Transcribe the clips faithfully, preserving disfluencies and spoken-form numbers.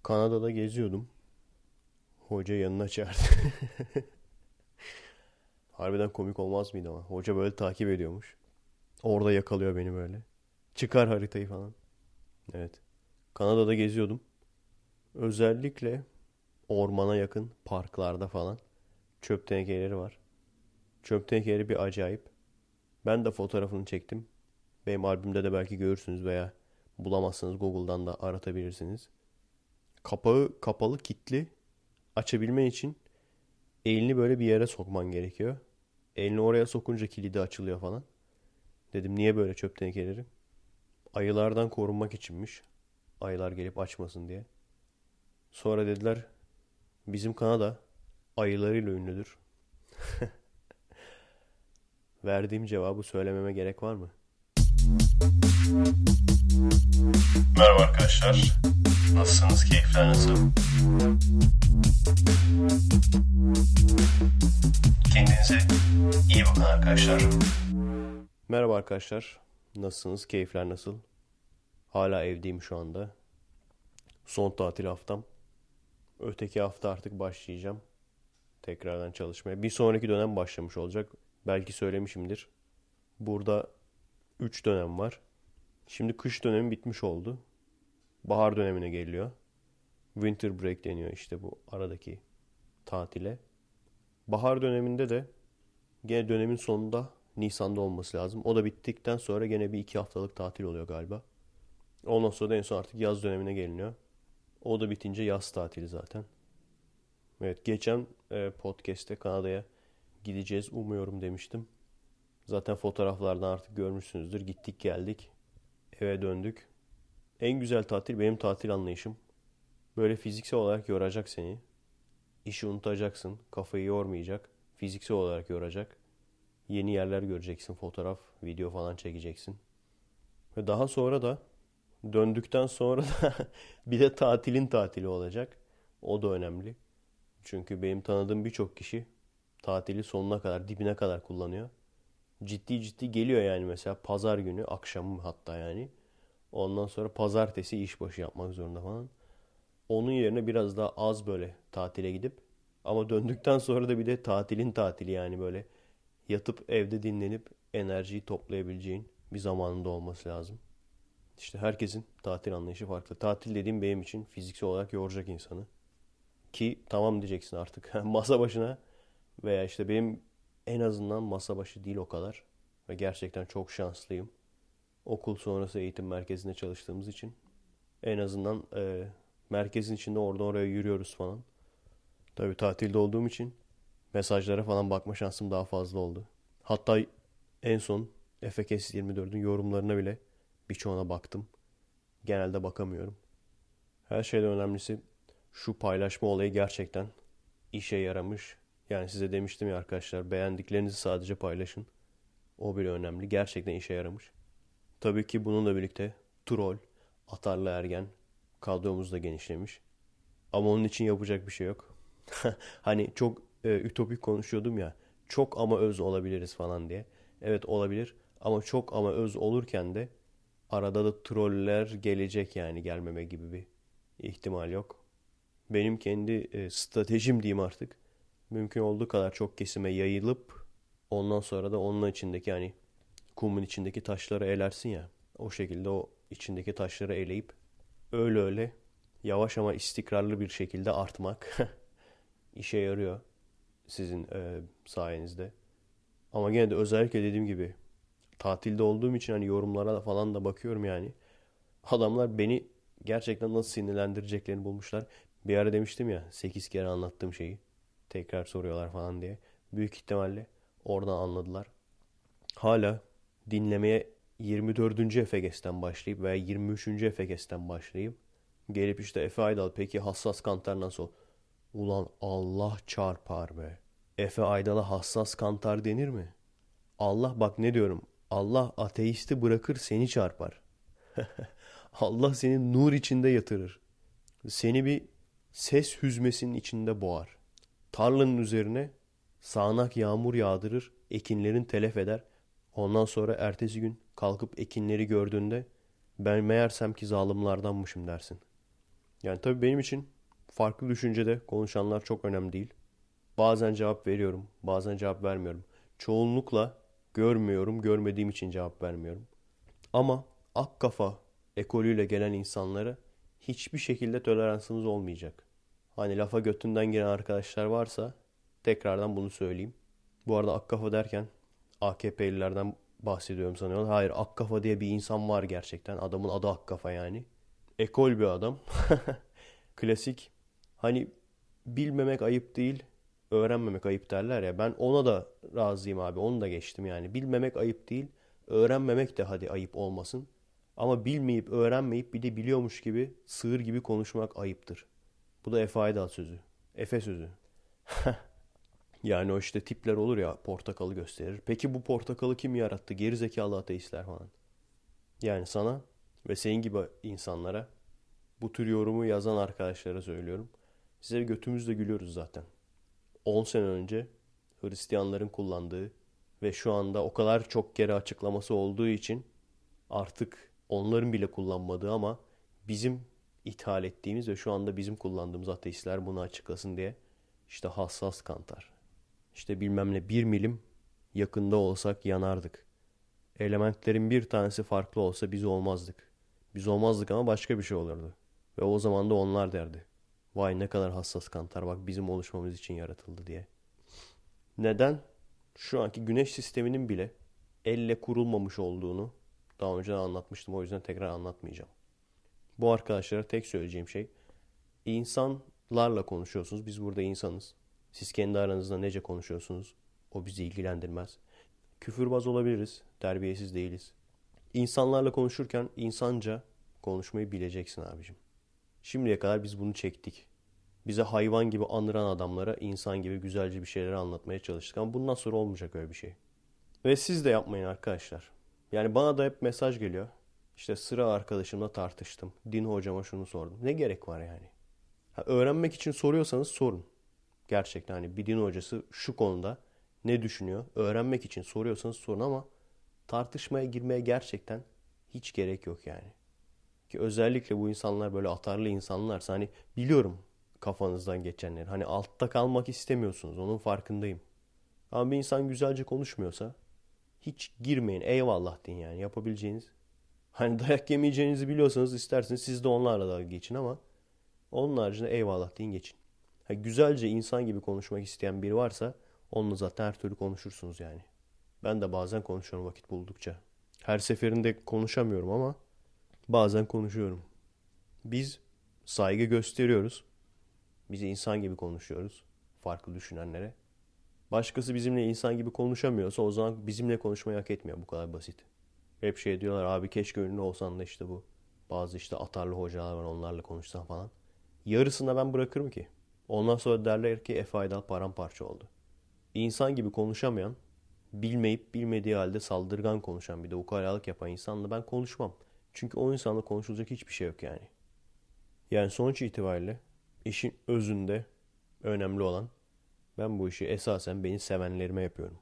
Kanada'da geziyordum. Hoca yanına çağırdı. Harbiden komik olmaz mıydı ama? Hoca böyle takip ediyormuş. Orada yakalıyor beni böyle. Çıkar haritayı falan. Evet. Kanada'da geziyordum. Özellikle ormana yakın parklarda falan çöp tenikeleri var. Çöp tenikeleri bir acayip. Ben de fotoğrafını çektim. Benim albümde de belki görürsünüz veya bulamazsanız Google'dan da aratabilirsiniz. Kapağı kapalı, kilitli. Açabilmen için elini böyle bir yere sokman gerekiyor. Elini oraya sokunca kilidi açılıyor falan. Dedim niye böyle çöp tenekeleri? Ayılardan korunmak içinmiş. Ayılar gelip açmasın diye. Sonra dediler bizim Kanada ayılarıyla ünlüdür. Verdiğim cevabı söylememe gerek var mı? Merhaba arkadaşlar. Nasılsınız? Keyifler nasıl? Kendinize iyi bakın arkadaşlar. Merhaba arkadaşlar. Nasılsınız? Keyifler nasıl? Hala evdeyim şu anda. Son tatil haftam. Öteki hafta artık başlayacağım. Tekrardan çalışmaya. Bir sonraki dönem başlamış olacak. Belki söylemişimdir. Burada üç dönem var. Şimdi kış dönemi bitmiş oldu. Bahar dönemine geliyor. Winter break deniyor işte bu aradaki tatile. Bahar döneminde de gene dönemin sonunda Nisan'da olması lazım. O da bittikten sonra gene bir iki haftalık tatil oluyor galiba. Ondan sonra da en son artık yaz dönemine geliniyor. O da bitince yaz tatili zaten. Evet, geçen e, podcast'te Kanada'ya gideceğiz umuyorum demiştim. Zaten fotoğraflardan artık görmüşsünüzdür. Gittik geldik. Eve döndük. En güzel tatil benim tatil anlayışım. Böyle fiziksel olarak yoracak seni. İşi unutacaksın. Kafayı yormayacak. Fiziksel olarak yoracak. Yeni yerler göreceksin. Fotoğraf, video falan çekeceksin. Ve daha sonra da döndükten sonra da bir de tatilin tatili olacak. O da önemli. Çünkü benim tanıdığım birçok kişi tatili sonuna kadar, dibine kadar kullanıyor. Ciddi ciddi geliyor yani mesela pazar günü, akşamı hatta yani. Ondan sonra pazartesi işbaşı yapmak zorunda falan. Onun yerine biraz daha az böyle tatile gidip ama döndükten sonra da bir de tatilin tatili yani böyle yatıp evde dinlenip enerjiyi toplayabileceğin bir zamanında olması lazım. İşte herkesin tatil anlayışı farklı. Tatil dediğim benim için fiziksel olarak yoracak insanı. Ki tamam diyeceksin artık masa başına veya işte benim en azından masa başı değil o kadar. Ve gerçekten çok şanslıyım. Okul sonrası eğitim merkezinde çalıştığımız için en azından e, merkezin içinde oradan oraya yürüyoruz falan. Tabii tatilde olduğum için mesajlara falan bakma şansım daha fazla oldu. Hatta en son F K S yirmi dördün yorumlarına bile birçoğuna baktım. Genelde bakamıyorum. Her şeyden önemlisi şu paylaşma olayı gerçekten işe yaramış. Yani size demiştim ya arkadaşlar beğendiklerinizi sadece paylaşın. O bile önemli. Gerçekten işe yaramış. Tabii ki bununla birlikte troll, atarlı ergen kadromuz da genişlemiş. Ama onun için yapacak bir şey yok. Hani çok e, ütopik konuşuyordum ya. Çok ama öz olabiliriz falan diye. Evet olabilir ama çok ama öz olurken de arada da troller gelecek yani gelmeme gibi bir ihtimal yok. Benim kendi e, stratejim diyeyim artık. Mümkün olduğu kadar çok kesime yayılıp ondan sonra da onun içindeki yani kumun içindeki taşları elersin ya. O şekilde o içindeki taşları eleyip öyle öyle yavaş ama istikrarlı bir şekilde artmak işe yarıyor sizin e, sayenizde. Ama gene de özellikle dediğim gibi tatilde olduğum için hani yorumlara falan da bakıyorum yani. Adamlar beni gerçekten nasıl sinirlendireceklerini bulmuşlar. Bir ara demiştim ya sekiz kere anlattığım şeyi tekrar soruyorlar falan diye. Büyük ihtimalle oradan anladılar. Hala dinlemeye yirmi dördüncü. Efeges'ten başlayıp veya yirmi üçüncü. Efeges'ten başlayıp gelip işte Efe Aydal peki hassas kantar nasıl? Ulan Allah çarpar be. Efe Aydal'a hassas kantar denir mi? Allah bak ne diyorum. Allah ateisti bırakır seni çarpar. Allah seni nur içinde yatırır. Seni bir ses hüzmesinin içinde boğar. Tarlanın üzerine sağanak yağmur yağdırır, ekinlerin telef eder. Ondan sonra ertesi gün kalkıp ekinleri gördüğünde ben meğersem ki zalimlerdenmişim dersin. Yani tabii benim için farklı düşüncede konuşanlar çok önemli değil. Bazen cevap veriyorum, bazen cevap vermiyorum. Çoğunlukla görmüyorum, görmediğim için cevap vermiyorum. Ama ak kafa ekolüyle gelen insanlara hiçbir şekilde toleransınız olmayacak. Hani lafa götünden giren arkadaşlar varsa tekrardan bunu söyleyeyim. Bu arada ak kafa derken A K P'lilerden bahsediyorum sanıyorlar. Hayır, ak kafa diye bir insan var gerçekten. Adamın adı ak kafa yani. Ekol bir adam. Klasik. Hani bilmemek ayıp değil, öğrenmemek ayıp derler ya. Ben ona da razıyım abi. Onu da geçtim yani. Bilmemek ayıp değil, öğrenmemek de hadi ayıp olmasın. Ama bilmeyip, öğrenmeyip bir de biliyormuş gibi, sığır gibi konuşmak ayıptır. Bu da Efe Aydal sözü. Efe sözü. Yani o işte tipler olur ya, portakalı gösterir. Peki bu portakalı kim yarattı? Gerizekalı ateistler falan. Yani sana ve senin gibi insanlara, bu tür yorumu yazan arkadaşlara söylüyorum. Size götümüzle gülüyoruz zaten. on sene önce Hristiyanların kullandığı ve şu anda o kadar çok kere açıklaması olduğu için artık onların bile kullanmadığı ama bizim ithal ettiğimiz ve şu anda bizim kullandığımız ateistler bunu açıklasın diye işte hassas kantar. İşte bilmem ne bir milim yakında olsak yanardık. Elementlerin bir tanesi farklı olsa biz olmazdık. Biz olmazdık ama başka bir şey olurdu. Ve o zaman da onlar derdi. Vay ne kadar hassas kantar, bak bizim oluşmamız için yaratıldı diye. Neden? Şu anki güneş sisteminin bile elle kurulmamış olduğunu daha önce anlatmıştım, o yüzden tekrar anlatmayacağım. Bu arkadaşlara tek söyleyeceğim şey, insanlarla konuşuyorsunuz. Biz burada insanız. Siz kendi aranızda nece konuşuyorsunuz? O bizi ilgilendirmez. Küfürbaz olabiliriz. Terbiyesiz değiliz. İnsanlarla konuşurken insanca konuşmayı bileceksin abicim. Şimdiye kadar biz bunu çektik. Bize hayvan gibi anıran adamlara insan gibi güzelce bir şeyler anlatmaya çalıştık. Ama bundan sonra olmayacak öyle bir şey. Ve siz de yapmayın arkadaşlar. Yani bana da hep mesaj geliyor. İşte sıra arkadaşımla tartıştım. Din hocama şunu sordum. Ne gerek var yani? Ha, öğrenmek için soruyorsanız sorun. Gerçekten hani bir din hocası şu konuda ne düşünüyor? Öğrenmek için soruyorsanız sorun ama tartışmaya girmeye gerçekten hiç gerek yok yani. Ki özellikle bu insanlar böyle atarlı insanlarsa hani biliyorum kafanızdan geçenleri. Hani altta kalmak istemiyorsunuz. Onun farkındayım. Ama bir insan güzelce konuşmuyorsa hiç girmeyin. Eyvallah deyin yani yapabileceğiniz. Hani dayak yemeyeceğinizi biliyorsanız isterseniz siz de onlarla dalga geçin ama onun haricinde eyvallah deyin geçin. Ha, güzelce insan gibi konuşmak isteyen biri varsa onunla zaten her türlü konuşursunuz yani. Ben de bazen konuşuyorum vakit buldukça. Her seferinde konuşamıyorum ama bazen konuşuyorum. Biz saygı gösteriyoruz. Biz insan gibi konuşuyoruz farklı düşünenlere. Başkası bizimle insan gibi konuşamıyorsa o zaman bizimle konuşmayı hak etmiyor. Bu kadar basit. Hep şey diyorlar, abi keşke ünlü olsan da işte bu. Bazı işte atarlı hocalar var, onlarla konuşsan falan. Yarısını ben bırakırım ki. Ondan sonra derler ki Efe Aydal paramparça oldu. İnsan gibi konuşamayan, bilmeyip bilmediği halde saldırgan konuşan, bir de ukalalık yapan insanla ben konuşmam. Çünkü o insanla konuşulacak hiçbir şey yok yani. Yani sonuç itibariyle işin özünde önemli olan, ben bu işi esasen beni sevenlerime yapıyorum.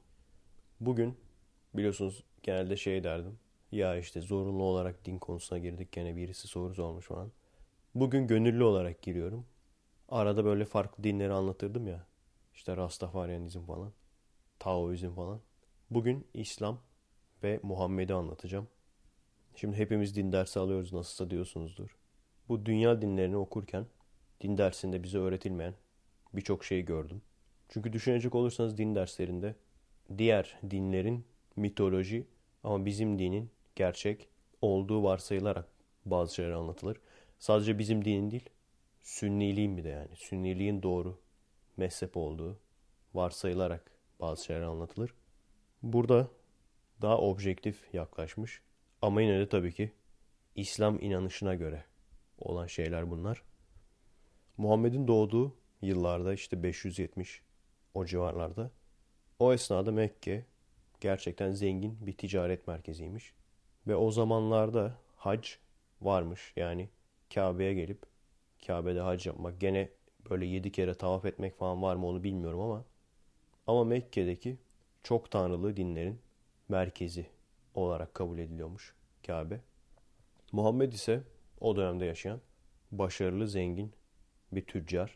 Bugün biliyorsunuz genelde şey derdim. Ya işte zorunlu olarak din konusuna girdik, gene birisi soru sormuş falan. Bugün gönüllü olarak giriyorum. Arada böyle farklı dinleri anlatırdım ya. İşte Rastafaryanizm falan, Taoizm falan. Bugün İslam ve Muhammed'i anlatacağım. Şimdi hepimiz din dersi alıyoruz nasılsa diyorsunuzdur. Bu dünya dinlerini okurken din dersinde bize öğretilmeyen birçok şey gördüm. Çünkü düşünecek olursanız din derslerinde diğer dinlerin mitoloji ama bizim dinin gerçek olduğu varsayılarak bazı şeyler anlatılır. Sadece bizim dinin değil, Sünniliğin bir de yani. Sünniliğin doğru mezhep olduğu varsayılarak bazı şeyler anlatılır. Burada daha objektif yaklaşmış ama yine de tabii ki İslam inanışına göre olan şeyler bunlar. Muhammed'in doğduğu yıllarda işte beş yüz yetmiş o civarlarda. O esnada Mekke gerçekten zengin bir ticaret merkeziymiş. Ve o zamanlarda hac varmış. Yani Kabe'ye gelip Kabe'de hac yapmak. Gene böyle yedi kere tavaf etmek falan var mı onu bilmiyorum ama ama Mekke'deki çok tanrılı dinlerin merkezi olarak kabul ediliyormuş Kabe. Muhammed ise o dönemde yaşayan başarılı, zengin bir tüccar.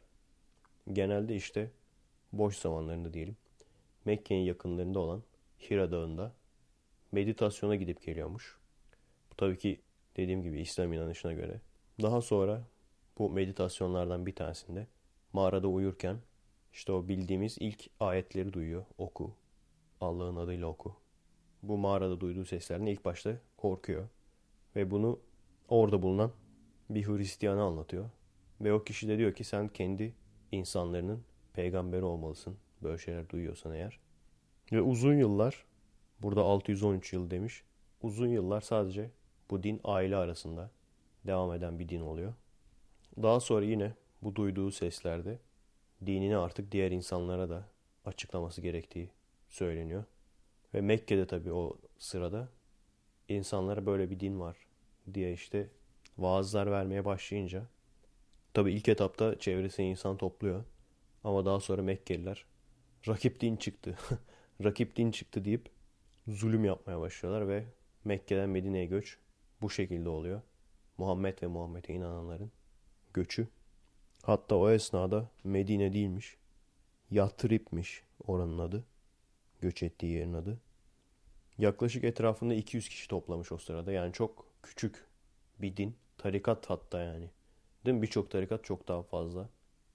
Genelde işte boş zamanlarında diyelim Mekke'nin yakınlarında olan Hira Dağı'nda meditasyona gidip geliyormuş. Bu tabii ki dediğim gibi İslam inanışına göre. Daha sonra bu meditasyonlardan bir tanesinde mağarada uyurken işte o bildiğimiz ilk ayetleri duyuyor. Oku. Allah'ın adıyla oku. Bu mağarada duyduğu seslerden ilk başta korkuyor. Ve bunu orada bulunan bir Hristiyana anlatıyor. Ve o kişi de diyor ki sen kendi insanların peygamberi olmalısın. Böyle şeyler duyuyorsan eğer. Ve uzun yıllar, burada altı yüz on üç yıl demiş. Uzun yıllar sadece bu din aile arasında devam eden bir din oluyor. Daha sonra yine bu duyduğu seslerde dinini artık diğer insanlara da açıklaması gerektiği söyleniyor. Ve Mekke'de tabii o sırada insanlara böyle bir din var diye işte vaazlar vermeye başlayınca tabii ilk etapta çevresine insan topluyor. Ama daha sonra Mekkeliler rakip din çıktı. Rakip din çıktı deyip zulüm yapmaya başlıyorlar ve Mekke'den Medine'ye göç bu şekilde oluyor. Muhammed ve Muhammed'e inananların göçü. Hatta o esnada Medine değilmiş. Yatrib'miş oranın adı. Göç ettiği yerin adı. Yaklaşık etrafında iki yüz kişi toplamış o sırada. Yani çok küçük bir din. Tarikat hatta yani. Değil mi? Birçok tarikat çok daha fazla.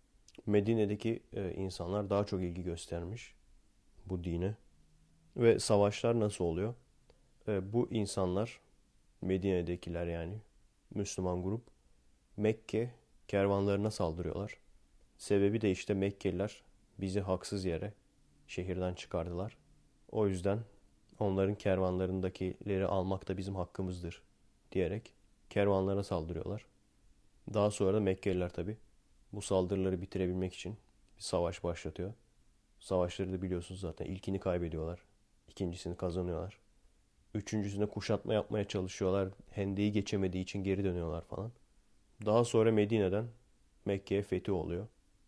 Medine'deki e, insanlar daha çok ilgi göstermiş bu dine. Ve savaşlar nasıl oluyor? E, bu insanlar, Medine'dekiler yani, Müslüman grup, Mekke kervanlarına saldırıyorlar. Sebebi de işte Mekkeliler bizi haksız yere şehirden çıkardılar. O yüzden onların kervanlarındakileri almak da bizim hakkımızdır diyerek kervanlara saldırıyorlar. Daha sonra da Mekkeliler tabi bu saldırıları bitirebilmek için bir savaş başlatıyor. Savaşları da biliyorsunuz zaten. İlkini kaybediyorlar. İkincisini kazanıyorlar. Üçüncüsüne kuşatma yapmaya çalışıyorlar. Hendeyi geçemediği için geri dönüyorlar falan. Daha sonra Medine'den Mekke'ye fethi oluyor.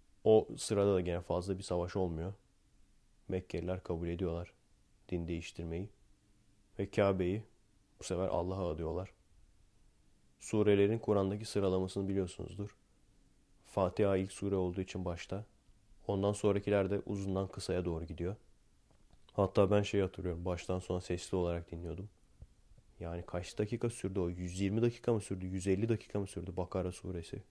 O sırada da gene fazla bir savaş olmuyor. Mekkeliler kabul ediyorlar din değiştirmeyi. Ve Kabe'yi bu sefer Allah'a adıyorlar. Surelerin Kur'an'daki sıralamasını biliyorsunuzdur. Fatiha ilk sure olduğu için başta. Ondan sonrakiler de uzundan kısaya doğru gidiyor. Hatta ben şeyi hatırlıyorum. Baştan sona sesli olarak dinliyordum. Yani kaç dakika sürdü o? yüz yirmi dakika mı sürdü? yüz elli dakika mı sürdü Bakara suresi?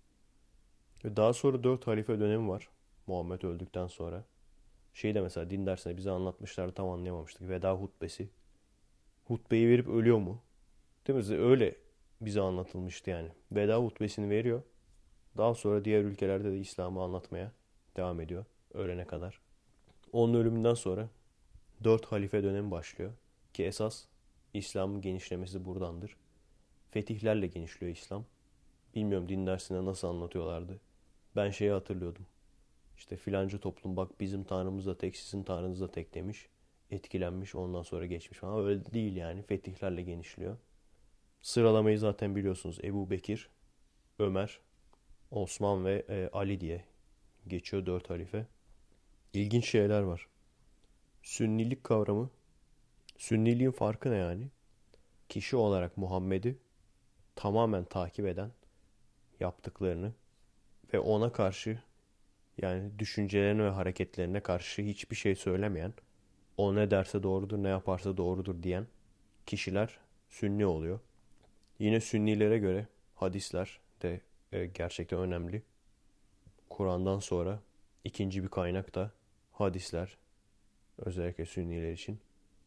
Ve daha sonra dört halife dönemi var. Muhammed öldükten sonra. Şey de mesela din dersinde bize anlatmışlardı, tam anlayamamıştık. Veda hutbesi. Hutbeyi verip ölüyor mu? Değil mi? Öyle bize anlatılmıştı yani. Veda hutbesini veriyor. Daha sonra diğer ülkelerde de İslam'ı anlatmaya devam ediyor. Ölene kadar. Onun ölümünden sonra dört halife dönemi başlıyor. Ki esas İslam'ın genişlemesi buradandır. Fetihlerle genişliyor İslam. Bilmiyorum din dersinde nasıl anlatıyorlardı. Ben şeyi hatırlıyordum. İşte filanca toplum bak bizim tanrımız da tek, sizin tanrınız da tek demiş. Etkilenmiş, ondan sonra geçmiş falan. Öyle değil yani. Fetihlerle genişliyor. Sıralamayı zaten biliyorsunuz. Ebu Bekir, Ömer, Osman ve e, Ali diye geçiyor dört halife. İlginç şeyler var. Sünnilik kavramı. Sünniliğin farkı ne yani? Kişi olarak Muhammed'i tamamen takip eden, yaptıklarını ve ona karşı, yani düşüncelerine ve hareketlerine karşı hiçbir şey söylemeyen, o ne derse doğrudur, ne yaparsa doğrudur diyen kişiler Sünni oluyor. Yine Sünnilere göre hadisler de e, gerçekten önemli. Kur'an'dan sonra ikinci bir kaynak da hadisler, özellikle Sünniler için.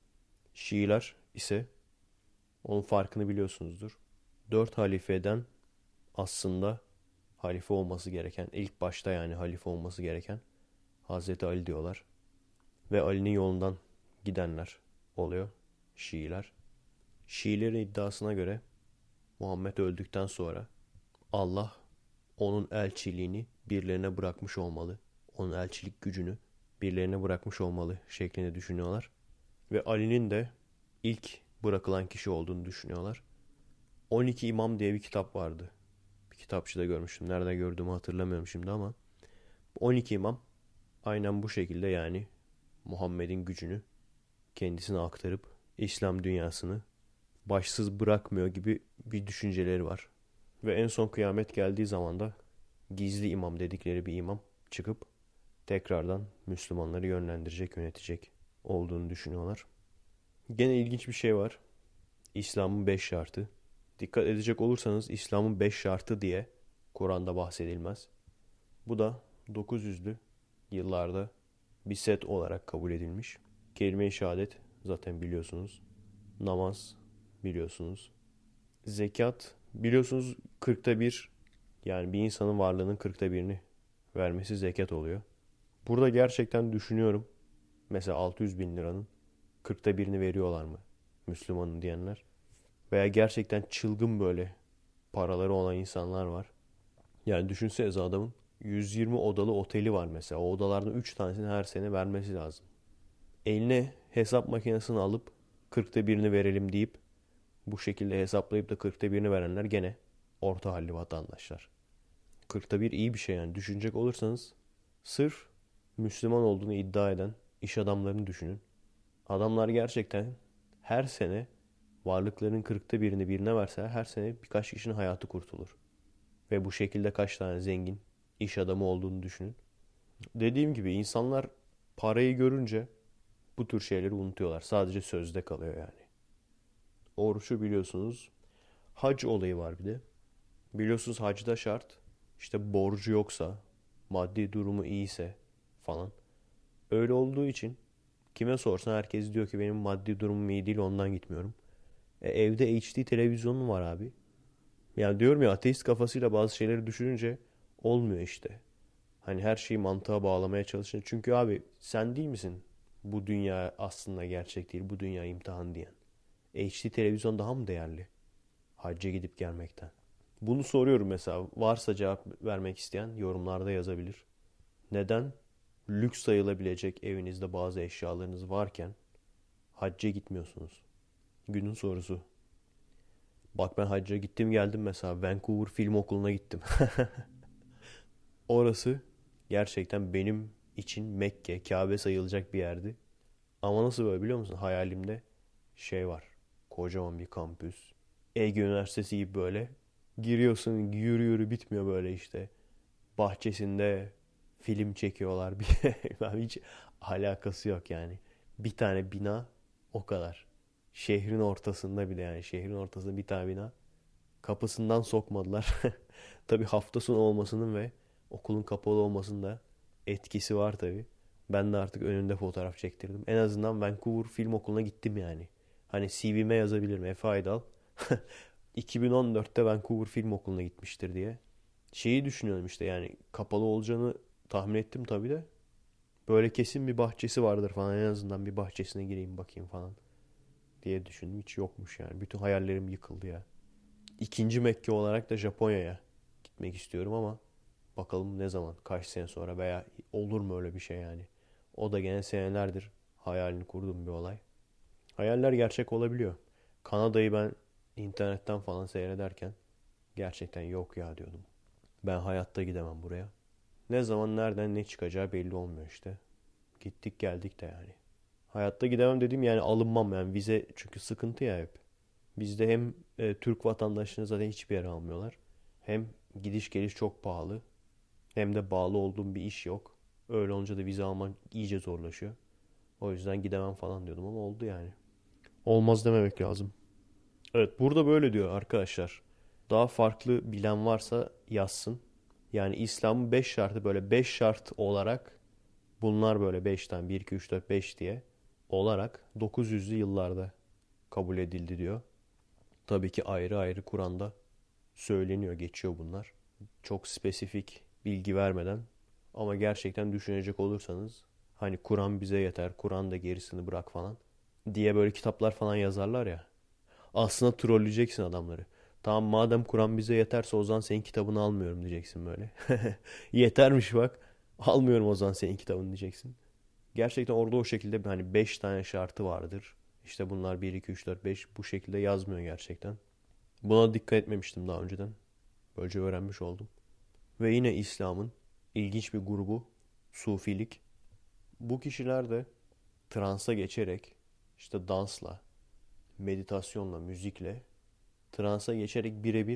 Şiiler ise, onun farkını biliyorsunuzdur. Dört halifeden aslında halife olması gereken, ilk başta yani halife olması gereken Hazreti Ali diyorlar. Ve Ali'nin yolundan gidenler oluyor Şiiler. Şiilerin iddiasına göre Muhammed öldükten sonra Allah onun elçiliğini birilerine bırakmış olmalı. Onun elçilik gücünü birilerine bırakmış olmalı şeklinde düşünüyorlar. Ve Ali'nin de ilk bırakılan kişi olduğunu düşünüyorlar. on iki İmam diye bir kitap vardı. Bir kitapçıda görmüştüm. Nerede gördüğümü hatırlamıyorum şimdi ama on iki imam aynen bu şekilde, yani Muhammed'in gücünü kendisine aktarıp İslam dünyasını başsız bırakmıyor gibi bir düşünceleri var. Ve en son kıyamet geldiği zaman da gizli imam dedikleri bir imam çıkıp tekrardan Müslümanları yönlendirecek, yönetecek olduğunu düşünüyorlar. Gene ilginç bir şey var. İslam'ın beş şartı. Dikkat edecek olursanız İslam'ın beş şartı diye Kur'an'da bahsedilmez. Bu da dokuz yüzlü yıllarda bir set olarak kabul edilmiş. Kelime-i şehadet zaten biliyorsunuz. Namaz biliyorsunuz. Zekat biliyorsunuz kırkta bir, yani bir insanın varlığının kırkta birini vermesi zekat oluyor. Burada gerçekten düşünüyorum. Mesela altı yüz bin liranın kırkta birini veriyorlar mı Müslümanın diyenler. Veya gerçekten çılgın böyle paraları olan insanlar var. Yani düşünsenize adamın yüz yirmi odalı oteli var mesela. O odalardan üç tanesini her sene vermesi lazım. Eline hesap makinesini alıp kırkta birini verelim deyip bu şekilde hesaplayıp da kırkta birini verenler gene orta halli vatandaşlar. Kırkta bir iyi bir şey yani. Düşünecek olursanız sırf Müslüman olduğunu iddia eden iş adamlarını düşünün. Adamlar gerçekten her sene varlıklarının kırkta birini birine verse her sene birkaç kişinin hayatı kurtulur. Ve bu şekilde kaç tane zengin iş adamı olduğunu düşünün. Dediğim gibi insanlar parayı görünce bu tür şeyleri unutuyorlar. Sadece sözde kalıyor yani. Oruçu biliyorsunuz. Hac olayı var bir de. Biliyorsunuz hacda şart. İşte borcu yoksa, maddi durumu iyiyse falan. Öyle olduğu için kime sorsan herkes diyor ki benim maddi durumum iyi değil ondan gitmiyorum. E, evde H D televizyonum var abi. Yani diyorum ya ateist kafasıyla bazı şeyleri düşününce olmuyor işte. Hani her şeyi mantığa bağlamaya çalışın. Çünkü abi sen değil misin? Bu dünya aslında gerçek değil. Bu dünya imtihan diyen. H D televizyon daha mı değerli? Hacca gidip gelmekten. Bunu soruyorum mesela. Varsa cevap vermek isteyen yorumlarda yazabilir. Neden lüks sayılabilecek evinizde bazı eşyalarınız varken hacca gitmiyorsunuz? Günün sorusu. Bak ben hacca gittim geldim mesela. Vancouver Film Okulu'na gittim. Orası gerçekten benim için Mekke, Kabe sayılacak bir yerdi. Ama nasıl böyle biliyor musun? Hayalimde şey var. Kocaman bir kampüs. Ege Üniversitesi gibi böyle. Giriyorsun yürü yürü bitmiyor böyle işte. Bahçesinde film çekiyorlar. Bir hiç alakası yok yani. Bir tane bina o kadar. Şehrin ortasında bir de yani şehrin ortasında bir tane bina. Kapısından sokmadılar. Tabii hafta sonu olmasının ve okulun kapalı olmasının da etkisi var tabii. Ben de artık önünde fotoğraf çektirdim. En azından Vancouver Film Okulu'na gittim yani. Hani C V'me yazabilirim Efe Aydal. iki bin on dörtte Vancouver Film Okulu'na gitmiştir diye. Şeyi düşünüyorum işte yani kapalı olacağını tahmin ettim tabii de. Böyle kesin bir bahçesi vardır falan. En azından bir bahçesine gireyim bakayım falan diye düşündüm. Hiç yokmuş yani. Bütün hayallerim yıkıldı ya. İkinci Mekke olarak da Japonya'ya gitmek istiyorum ama bakalım ne zaman, kaç sene sonra veya olur mu öyle bir şey yani. O da gene senelerdir hayalini kurduğum bir olay. Hayaller gerçek olabiliyor. Kanada'yı ben internetten falan seyrederken gerçekten yok ya diyordum. Ben hayatta gidemem buraya. Ne zaman nereden ne çıkacağı belli olmuyor işte. Gittik geldik de yani. Hayatta gidemem dediğim yani alınmam yani vize çünkü sıkıntı ya hep. Bizde hem e, Türk vatandaşını zaten hiçbir yere almıyorlar. Hem gidiş geliş çok pahalı. Hem de bağlı olduğum bir iş yok. Öyle olunca da vize almak iyice zorlaşıyor. O yüzden gidemem falan diyordum ama oldu yani. Olmaz dememek lazım. Evet burada böyle diyor arkadaşlar. Daha farklı bilen varsa yazsın. Yani İslam'ın beş şartı böyle beş şart olarak bunlar böyle beş tane bir iki üç dört beş diye olarak dokuz yüzlü yıllarda kabul edildi diyor. Tabii ki ayrı ayrı Kur'an'da söyleniyor, geçiyor bunlar. Çok spesifik bilgi vermeden ama gerçekten düşünecek olursanız hani Kur'an bize yeter, Kur'an da gerisini bırak falan diye böyle kitaplar falan yazarlar ya. Aslında trolleyeceksin adamları. Tamam madem Kur'an bize yeterse o zaman senin kitabını almıyorum diyeceksin böyle. Yetermiş bak. Almıyorum o zaman senin kitabını diyeceksin. Gerçekten orada o şekilde hani beş tane şartı vardır. İşte bunlar bir iki üç dört beş bu şekilde yazmıyor gerçekten. Buna dikkat etmemiştim daha önceden. Böylece öğrenmiş oldum. Ve yine İslam'ın ilginç bir grubu Sufilik. Bu kişiler de transa geçerek işte dansla, meditasyonla, müzikle transa geçerek birebir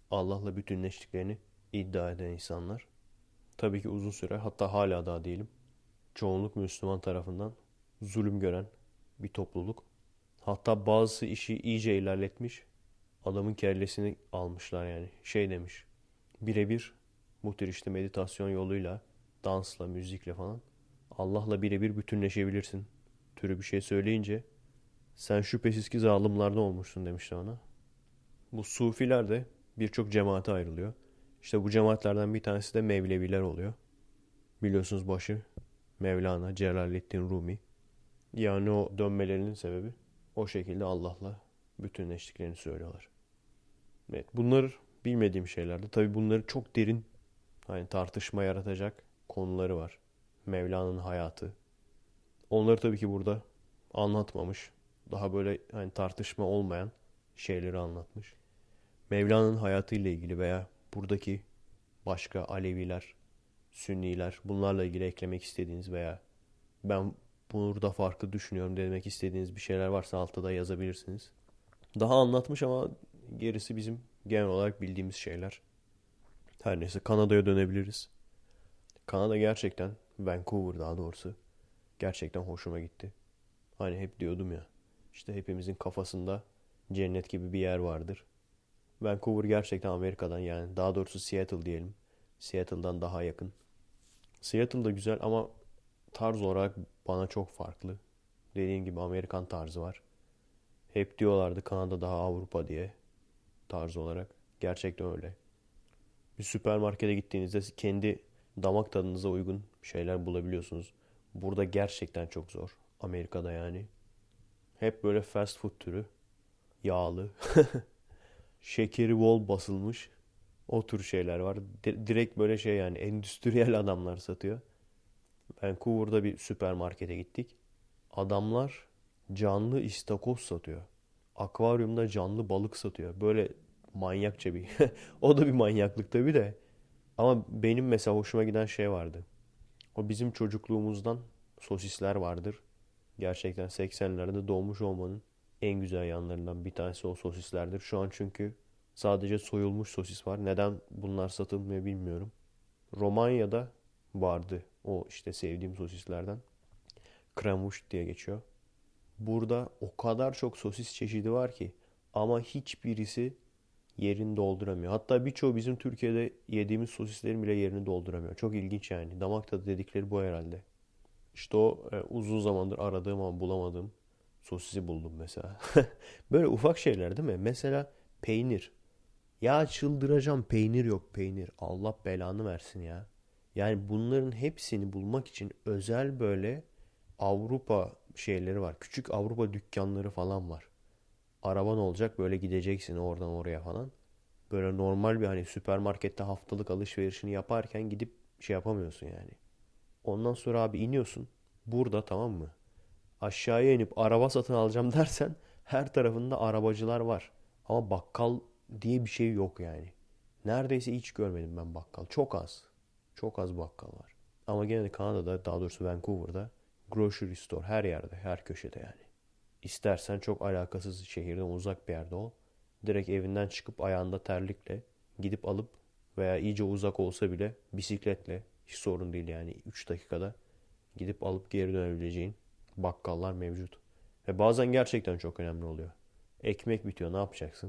Allah'la bütünleştiklerini iddia eden insanlar. Tabii ki uzun süre, hatta hala daha diyelim, çoğunluk Müslüman tarafından zulüm gören bir topluluk. Hatta bazısı işi iyice ilerletmiş. Adamın kellesini almışlar yani. Şey demiş. Birebir bu tür işte meditasyon yoluyla, dansla, müzikle falan Allah'la birebir bütünleşebilirsin türü bir şey söyleyince sen şüphesiz ki zalimlerden olmuşsun demişti ona. Bu sufiler de birçok cemaate ayrılıyor. İşte bu cemaatlerden bir tanesi de Mevleviler oluyor. Biliyorsunuz başı Mevlana Celaleddin Rumi. Yani o dönmelerinin sebebi o şekilde Allah'la bütünleştiklerini söylüyorlar. Evet, bunlar bilmediğim şeylerdi. Tabii bunları çok derin, hani tartışma yaratacak konuları var. Mevlana'nın hayatı. Onları tabii ki burada anlatmamış. Daha böyle hani tartışma olmayan şeyleri anlatmış. Mevlana'nın hayatıyla ilgili veya buradaki başka Aleviler, Sünniler bunlarla ilgili eklemek istediğiniz veya ben burada farklı düşünüyorum demek istediğiniz bir şeyler varsa altta da yazabilirsiniz. Daha anlatmış ama gerisi bizim genel olarak bildiğimiz şeyler. Her neyse Kanada'ya dönebiliriz. Kanada gerçekten, Vancouver daha doğrusu, gerçekten hoşuma gitti. Hani hep diyordum ya, işte hepimizin kafasında cennet gibi bir yer vardır. Vancouver gerçekten Amerika'dan, yani daha doğrusu Seattle diyelim. Seattle'dan daha yakın. Seattle da güzel ama tarz olarak bana çok farklı. Dediğim gibi Amerikan tarzı var. Hep diyorlardı Kanada daha Avrupa diye tarz olarak. Gerçekten öyle. Bir süpermarkete gittiğinizde kendi damak tadınıza uygun şeyler bulabiliyorsunuz. Burada gerçekten çok zor. Amerika'da yani. Hep böyle fast food türü. Yağlı. Şekeri bol basılmış. O tür şeyler var. Di- direkt böyle şey yani endüstriyel adamlar satıyor. Vancouver'da bir süpermarkete gittik. Adamlar canlı istakoz satıyor. Akvaryumda canlı balık satıyor. Böyle manyakça bir. O da bir manyaklık tabii de. Ama benim mesela hoşuma giden şey vardı. O bizim çocukluğumuzdan sosisler vardır. Gerçekten seksenlerde doğmuş olmanın en güzel yanlarından bir tanesi o sosislerdir. Şu an çünkü sadece soyulmuş sosis var. Neden bunlar satılmıyor bilmiyorum. Romanya'da vardı o işte sevdiğim sosislerden. Kremvuş diye geçiyor. Burada o kadar çok sosis çeşidi var ki ama hiçbirisi yerini dolduramıyor. Hatta birçoğu bizim Türkiye'de yediğimiz sosislerin bile yerini dolduramıyor. Çok ilginç yani. Damak tadı dedikleri bu herhalde. İşte o e, uzun zamandır aradığım ama bulamadığım sosisi buldum mesela. Böyle ufak şeyler değil mi? Mesela peynir. Ya çıldıracağım, peynir yok peynir. Allah belanı versin ya. Yani bunların hepsini bulmak için özel böyle Avrupa şeyleri var. Küçük Avrupa dükkanları falan var. Araban olacak, böyle gideceksin oradan oraya falan. Böyle normal bir hani süpermarkette haftalık alışverişini yaparken gidip şey yapamıyorsun yani. Ondan sonra abi iniyorsun. Burada tamam mı? Aşağıya inip araba satın alacağım dersen her tarafında arabacılar var. Ama bakkal diye bir şey yok yani. Neredeyse hiç görmedim ben bakkal. Çok az. Çok az bakkal var. Ama gene de Kanada'da, daha doğrusu Vancouver'da grocery store her yerde, her köşede yani. İstersen çok alakasız şehirden uzak bir yerde ol. Direkt evinden çıkıp ayağında terlikle gidip alıp veya iyice uzak olsa bile bisikletle, hiç sorun değil yani, üç dakikada gidip alıp geri dönebileceğin bakkallar mevcut. Ve bazen gerçekten çok önemli oluyor. Ekmek bitiyor, ne yapacaksın?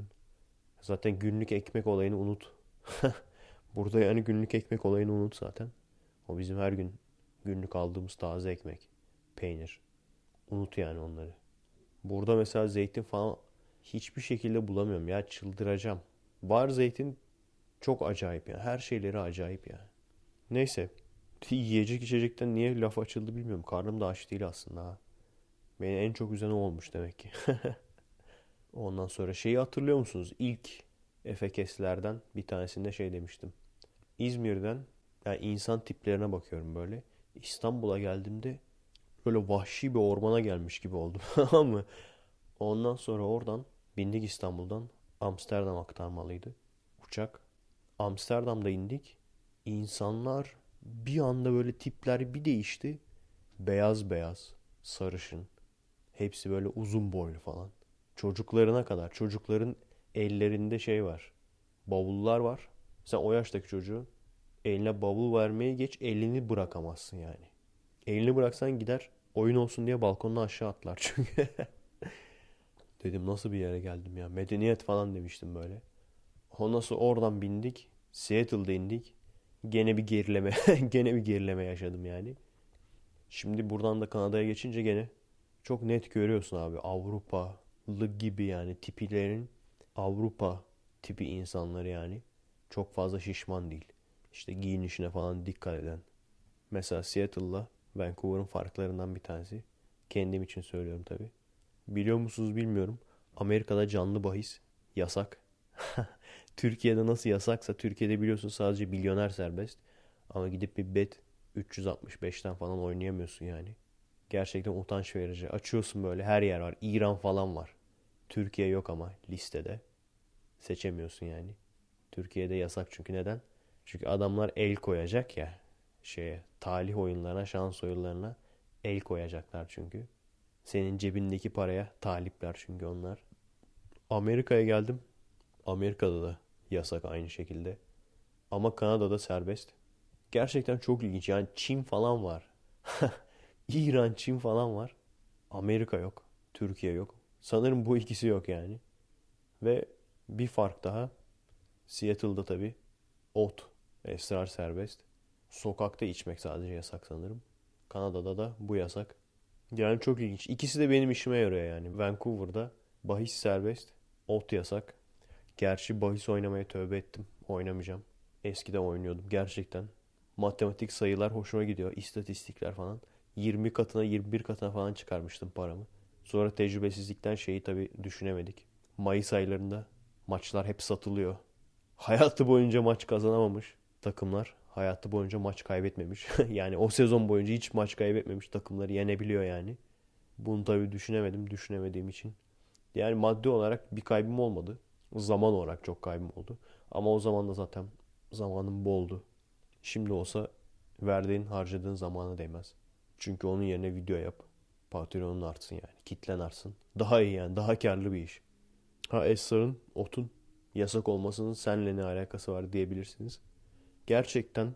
Zaten günlük ekmek olayını unut. Burada yani günlük ekmek olayını unut zaten. O bizim her gün günlük aldığımız taze ekmek, peynir. Unut yani onları. Burada mesela zeytin falan hiçbir şekilde bulamıyorum ya, çıldıracağım. Var zeytin, çok acayip ya. Her şeyleri acayip ya. Neyse. Yiyecek içecekten niye laf açıldı bilmiyorum. Karnım da aç değil aslında ha. Beni en çok üzen o olmuş demek ki. Ondan sonra şeyi hatırlıyor musunuz? İlk Efekeslerden bir tanesinde şey demiştim. İzmir'den yani insan tiplerine bakıyorum böyle. İstanbul'a geldiğimde böyle vahşi bir ormana gelmiş gibi oldum. Tamam mı? Ondan sonra oradan bindik İstanbul'dan. Amsterdam aktarmalıydı uçak. Amsterdam'da indik. İnsanlar bir anda böyle tipler bir değişti. Beyaz beyaz, sarışın. Hepsi böyle uzun boylu falan. Çocuklarına kadar. Çocukların ellerinde şey var. Bavullar var. Sen o yaştaki çocuğu eline bavul vermeye geç, elini bırakamazsın yani. Elini bıraksan gider oyun olsun diye balkondan aşağı atlar çünkü. Dedim nasıl bir yere geldim ya. Medeniyet falan demiştim böyle. Ondan sonra oradan bindik. Seattle'da indik. Gene bir gerileme. Gene bir gerileme yaşadım yani. Şimdi buradan da Kanada'ya geçince gene çok net görüyorsun abi. Avrupalı gibi yani tipilerin Avrupa tipi insanları yani. Çok fazla şişman değil. İşte giyinişine falan dikkat eden. Mesela Seattle'la Vancouver'ın farklarından bir tanesi. Kendim için söylüyorum tabii. Biliyor musunuz bilmiyorum. Amerika'da canlı bahis yasak. Türkiye'de nasıl yasaksa Türkiye'de biliyorsun sadece milyoner serbest. Ama gidip bir bet üç yüz altmış beşten falan oynayamıyorsun yani. Gerçekten utanç verici. Açıyorsun böyle her yer var. İran falan var. Türkiye yok ama listede. Seçemiyorsun yani. Türkiye'de yasak çünkü neden? Çünkü adamlar el koyacak ya şeye, talih oyunlarına, şans oyunlarına el koyacaklar çünkü. Senin cebindeki paraya talipler çünkü onlar. Amerika'ya geldim. Amerika'da da yasak aynı şekilde. Ama Kanada'da serbest. Gerçekten çok ilginç. Yani Çin falan var. İran, Çin falan var. Amerika yok. Türkiye yok. Sanırım bu ikisi yok yani. Ve bir fark daha. Seattle'da tabii ot, esrar serbest. Sokakta içmek sadece yasak sanırım. Kanada'da da bu yasak. Yani çok ilginç. İkisi de benim işime yarıyor yani. Vancouver'da bahis serbest, ot yasak. Gerçi bahis oynamaya tövbe ettim. Oynamayacağım. Eskiden oynuyordum gerçekten. Matematik sayılar hoşuma gidiyor. İstatistikler falan. yirmi katına yirmi bir katına falan çıkarmıştım paramı. Sonra tecrübesizlikten şeyi tabii düşünemedik. Mayıs aylarında maçlar hep satılıyor. Hayatı boyunca maç kazanamamış takımlar. Hayatı boyunca maç kaybetmemiş. Yani o sezon boyunca hiç maç kaybetmemiş takımları yenebiliyor yani. Bunu tabii düşünemedim. Düşünemediğim için. Yani maddi olarak bir kaybım olmadı. Zaman olarak çok kaybım oldu. Ama o zaman da zaten zamanım boldu. Şimdi olsa verdiğin harcadığın zamana değmez. Çünkü onun yerine video yap. Patreon'un artsın yani. Kitlen artsın. Daha iyi yani. Daha karlı bir iş. Ha Esrar'ın, otun yasak olmasının seninle ne alakası var diyebilirsiniz. Gerçekten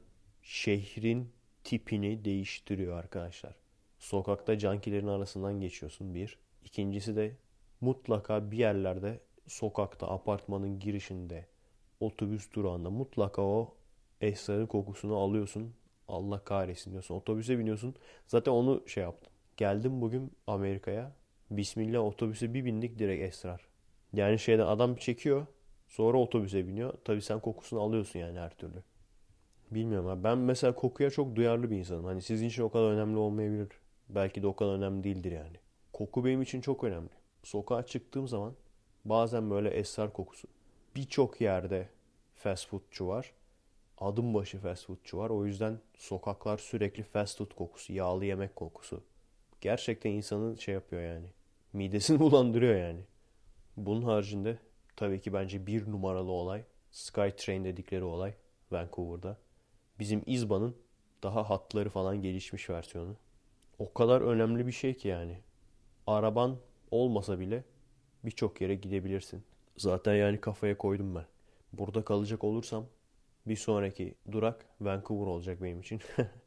şehrin tipini değiştiriyor arkadaşlar. Sokakta cankilerin arasından geçiyorsun bir. İkincisi de mutlaka bir yerlerde sokakta, apartmanın girişinde, otobüs durağında mutlaka o esrarın kokusunu alıyorsun. Allah kahretsin diyorsun. Otobüse biniyorsun. Zaten onu şey yaptım. Geldim bugün Amerika'ya. Bismillah otobüse bir bindik direkt esrar. Yani şeyden adam çekiyor. Sonra otobüse biniyor. Tabii sen kokusunu alıyorsun yani her türlü. Bilmiyorum abi. Ben mesela kokuya çok duyarlı bir insanım. Hani sizin için o kadar önemli olmayabilir. Belki de o kadar önemli değildir yani. Koku benim için çok önemli. Sokağa çıktığım zaman bazen böyle esrar kokusu. Birçok yerde fast foodçu var. Adım başı fast foodçu var. O yüzden sokaklar sürekli fast food kokusu, yağlı yemek kokusu. Gerçekten insanı şey yapıyor yani. Midesini bulandırıyor yani. Bunun haricinde tabii ki bence bir numaralı olay Skytrain dedikleri olay Vancouver'da. Bizim İzban'ın daha hatları falan gelişmiş versiyonu. O kadar önemli bir şey ki yani. Araban olmasa bile birçok yere gidebilirsin. Zaten yani kafaya koydum ben. Burada kalacak olursam bir sonraki durak Vancouver olacak benim için.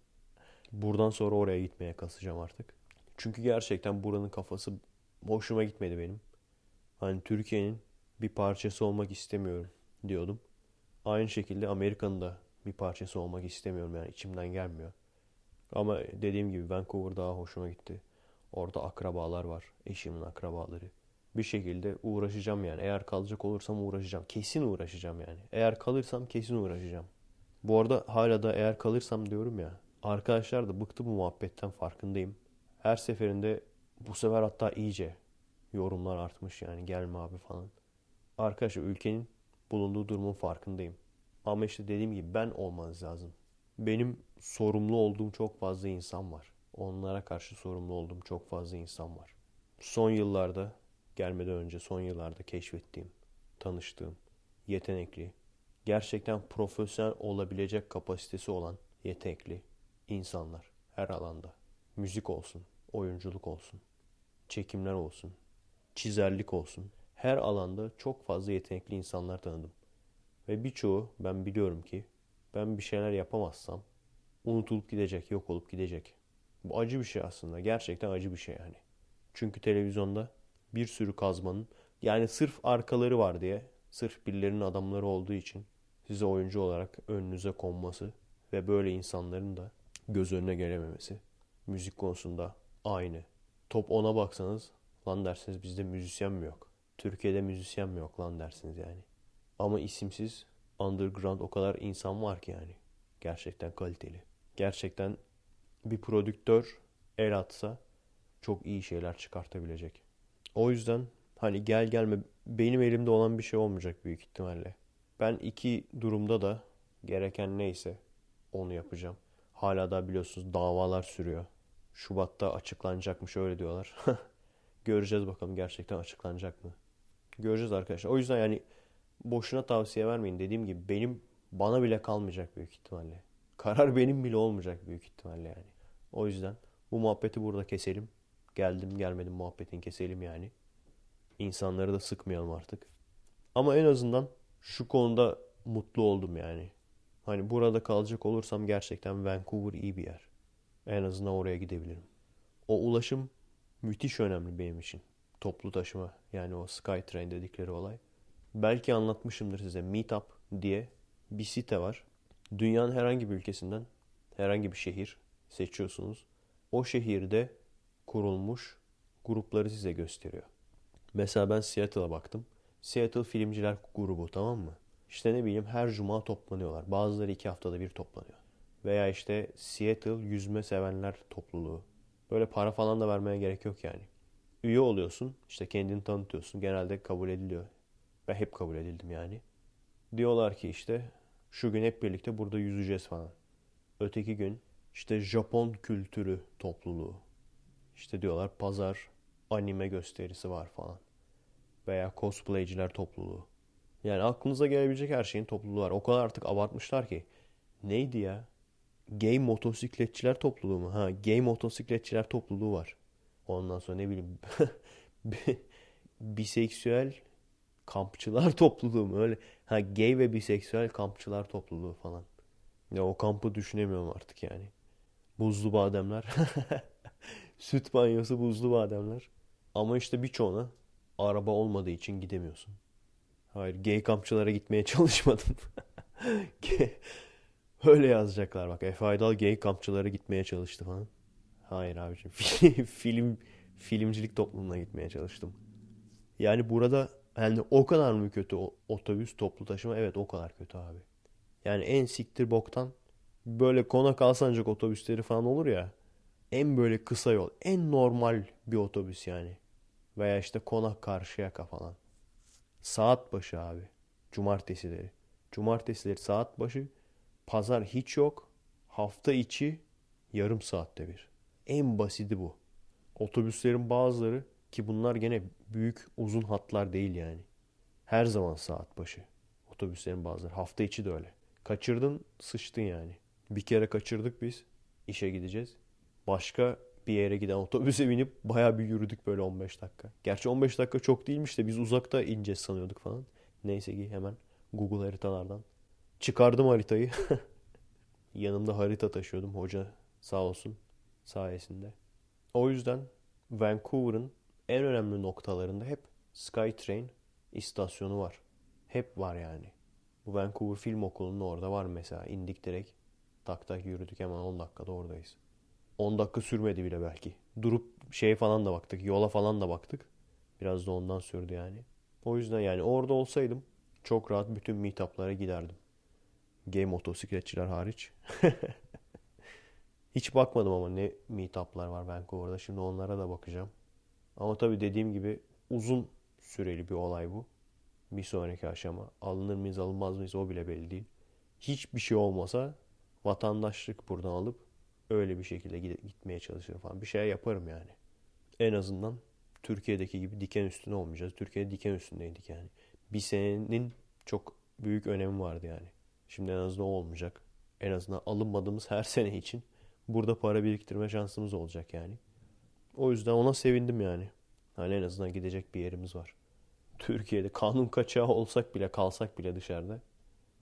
Buradan sonra oraya gitmeye kasacağım artık. Çünkü gerçekten buranın kafası hoşuma gitmedi benim. Hani Türkiye'nin bir parçası olmak istemiyorum diyordum. Aynı şekilde Amerika'nın da bir parçası olmak istemiyorum yani içimden gelmiyor. Ama dediğim gibi Vancouver daha hoşuma gitti. Orada akrabalar var. Eşimin akrabaları. Bir şekilde uğraşacağım yani. Eğer kalacak olursam uğraşacağım. Kesin uğraşacağım yani. Eğer kalırsam kesin uğraşacağım. Bu arada hala da eğer kalırsam diyorum ya. Arkadaşlar da bıktı bu muhabbetten farkındayım. Her seferinde bu sefer hatta iyice yorumlar artmış yani gelme abi falan. Arkadaşlar ülkenin bulunduğu durumun farkındayım. Ama işte dediğim gibi ben olmanız lazım. Benim sorumlu olduğum çok fazla insan var. Onlara karşı sorumlu olduğum çok fazla insan var. Son yıllarda, gelmeden önce son yıllarda keşfettiğim, tanıştığım, yetenekli, gerçekten profesyonel olabilecek kapasitesi olan yetenekli insanlar her alanda. Müzik olsun, oyunculuk olsun, çekimler olsun, çizerlik olsun. Her alanda çok fazla yetenekli insanlar tanıdım. Ve birçoğu ben biliyorum ki ben bir şeyler yapamazsam unutulup gidecek, yok olup gidecek. Bu acı bir şey aslında. Gerçekten acı bir şey yani. Çünkü televizyonda bir sürü kazmanın yani sırf arkaları var diye, sırf birilerinin adamları olduğu için size oyuncu olarak önünüze konması ve böyle insanların da göz önüne gelememesi. Müzik konusunda aynı. Top ona baksanız lan dersiniz bizde müzisyen mi yok? Türkiye'de müzisyen mi yok lan dersiniz yani. Ama isimsiz underground o kadar insan var ki yani. Gerçekten kaliteli. Gerçekten bir prodüktör el atsa çok iyi şeyler çıkartabilecek. O yüzden hani gel gelme benim elimde olan bir şey olmayacak büyük ihtimalle. Ben iki durumda da gereken neyse onu yapacağım. Hala da biliyorsunuz davalar sürüyor. Şubat'ta açıklanacakmış öyle diyorlar. Göreceğiz bakalım gerçekten açıklanacak mı? Göreceğiz arkadaşlar. O yüzden yani boşuna tavsiye vermeyin. Dediğim gibi benim bana bile kalmayacak büyük ihtimalle. Karar benim bile olmayacak büyük ihtimalle yani. O yüzden bu muhabbeti burada keselim. Geldim gelmedim muhabbetini keselim yani. İnsanları da sıkmayalım artık. Ama en azından şu konuda mutlu oldum yani. Hani burada kalacak olursam gerçekten Vancouver iyi bir yer. En azından oraya gidebilirim. O ulaşım müthiş önemli benim için. Toplu taşıma yani o Skytrain dedikleri olay. Belki anlatmışımdır size. Meetup diye bir site var. Dünyanın herhangi bir ülkesinden herhangi bir şehir seçiyorsunuz. O şehirde kurulmuş grupları size gösteriyor. Mesela ben Seattle'a baktım. Seattle Filmciler Grubu, tamam mı? İşte ne bileyim her cuma toplanıyorlar. Bazıları iki haftada bir toplanıyor. Veya işte Seattle Yüzme Sevenler Topluluğu. Böyle para falan da vermeye gerek yok yani. Üye oluyorsun, işte kendini tanıtıyorsun. Genelde kabul ediliyor. Ben hep kabul edildim yani. Diyorlar ki işte şu gün hep birlikte burada yüzeceğiz falan. Öteki gün işte Japon kültürü topluluğu. İşte diyorlar pazar anime gösterisi var falan. Veya cosplayciler topluluğu. Yani aklınıza gelebilecek her şeyin topluluğu var. O kadar artık abartmışlar ki. Neydi ya? Gay motosikletçiler topluluğu mu? Ha, gay motosikletçiler topluluğu var. Ondan sonra ne bileyim biseksüel kampçılar topluluğu mu? Öyle. Ha, gay ve biseksüel kampçılar topluluğu falan. Ya o kampı düşünemiyorum artık yani. Buzlu bademler. Süt banyosu, buzlu bademler. Ama işte birçoğuna araba olmadığı için gidemiyorsun. Hayır, gay kampçılara gitmeye çalışmadım. Öyle yazacaklar bak. Efe Aydal gay kampçılara gitmeye çalıştı falan. Hayır abiciğim. Film, filmcilik toplumuna gitmeye çalıştım. Yani burada yani o kadar mı kötü o, otobüs toplu taşıma? Evet o kadar kötü abi. Yani en siktir boktan böyle Konak Alsancak otobüsleri falan olur ya. En böyle kısa yol. En normal bir otobüs yani. Veya işte Konak Karşıyaka falan. Saat başı abi. Cumartesileri. Cumartesileri saat başı. Pazar hiç yok. Hafta içi yarım saatte bir. En basiti bu. Otobüslerin bazıları ki bunlar gene büyük uzun hatlar değil yani. Her zaman saat başı. Otobüslerin bazıları. Hafta içi de öyle. Kaçırdın sıçtın yani. Bir kere kaçırdık biz. İşe gideceğiz. Başka bir yere giden otobüse binip baya bir yürüdük böyle on beş dakika. Gerçi on beş dakika çok değilmiş de biz uzakta ineceğiz sanıyorduk falan. Neyse ki hemen Google haritalardan çıkardım haritayı. Yanımda harita taşıyordum. Hoca sağ olsun sayesinde. O yüzden Vancouver'ın en önemli noktalarında hep Skytrain istasyonu var. Hep var yani. Bu Vancouver Film Okulu'nun orada var mesela. İndik direkt. Tak tak yürüdük hemen on dakikada oradayız. on dakika sürmedi bile belki. Durup şey falan da baktık. Yola falan da baktık. Biraz da ondan sürdü yani. O yüzden yani orada olsaydım çok rahat bütün meetup'lara giderdim. Gay motosikletçiler hariç. Hiç bakmadım ama ne meetup'lar var Vancouver'da. Şimdi onlara da bakacağım. Ama tabii dediğim gibi uzun süreli bir olay bu. Bir sonraki aşama. Alınır mıyız alınmaz mıyız o bile belli değil. Hiçbir şey olmasa vatandaşlık buradan alıp öyle bir şekilde gitmeye çalışırım falan. Bir şey yaparım yani. En azından Türkiye'deki gibi diken üstüne olmayacağız. Türkiye'de diken üstündeydik yani. Bir senenin çok büyük önemi vardı yani. Şimdi en azından o olmayacak. En azından alınmadığımız her sene için burada para biriktirme şansımız olacak yani. O yüzden ona sevindim yani. Hani en azından gidecek bir yerimiz var. Türkiye'de kanun kaçağı olsak bile kalsak bile dışarıda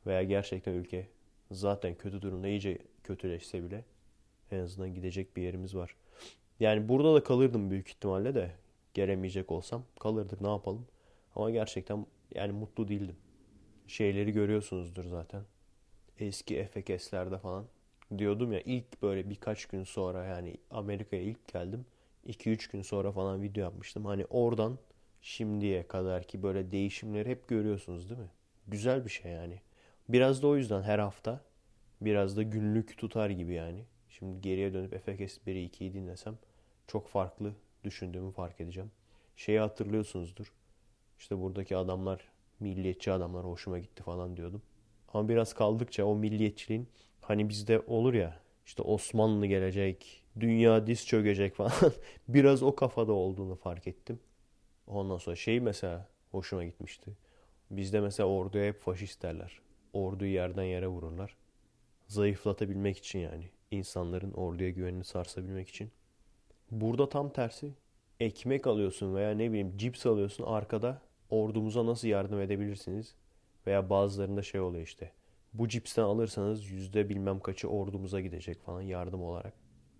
veya gerçekten ülke zaten kötü durumda iyice kötüleşse bile en azından gidecek bir yerimiz var. Yani burada da kalırdım büyük ihtimalle de gelemeyecek olsam kalırdık ne yapalım. Ama gerçekten yani mutlu değildim. Şeyleri görüyorsunuzdur zaten. Eski F K S'lerde falan. Diyordum ya ilk böyle birkaç gün sonra yani Amerika'ya ilk geldim. iki üç gün sonra falan video yapmıştım. Hani oradan şimdiye kadar ki böyle değişimleri hep görüyorsunuz değil mi? Güzel bir şey yani. Biraz da o yüzden her hafta biraz da günlük tutar gibi yani. Şimdi geriye dönüp F K S biri ikiyi dinlesem çok farklı düşündüğümü fark edeceğim. Şeyi hatırlıyorsunuzdur. İşte buradaki adamlar milliyetçi adamlar hoşuma gitti falan diyordum. Ama biraz kaldıkça o milliyetçiliğin hani bizde olur ya işte Osmanlı gelecek, dünya diz çökecek falan. Biraz o kafada olduğunu fark ettim. Ondan sonra şey mesela hoşuma gitmişti. Bizde mesela orduya hep faşist derler. Orduyu yerden yere vururlar. Zayıflatabilmek için yani. İnsanların orduya güvenini sarsabilmek için. Burada tam tersi. Ekmek alıyorsun veya ne bileyim cips alıyorsun arkada ordumuza nasıl yardım edebilirsiniz? Veya bazılarında şey oluyor işte. Bu cipsten alırsanız yüzde bilmem kaçı ordumuza gidecek falan yardım olarak.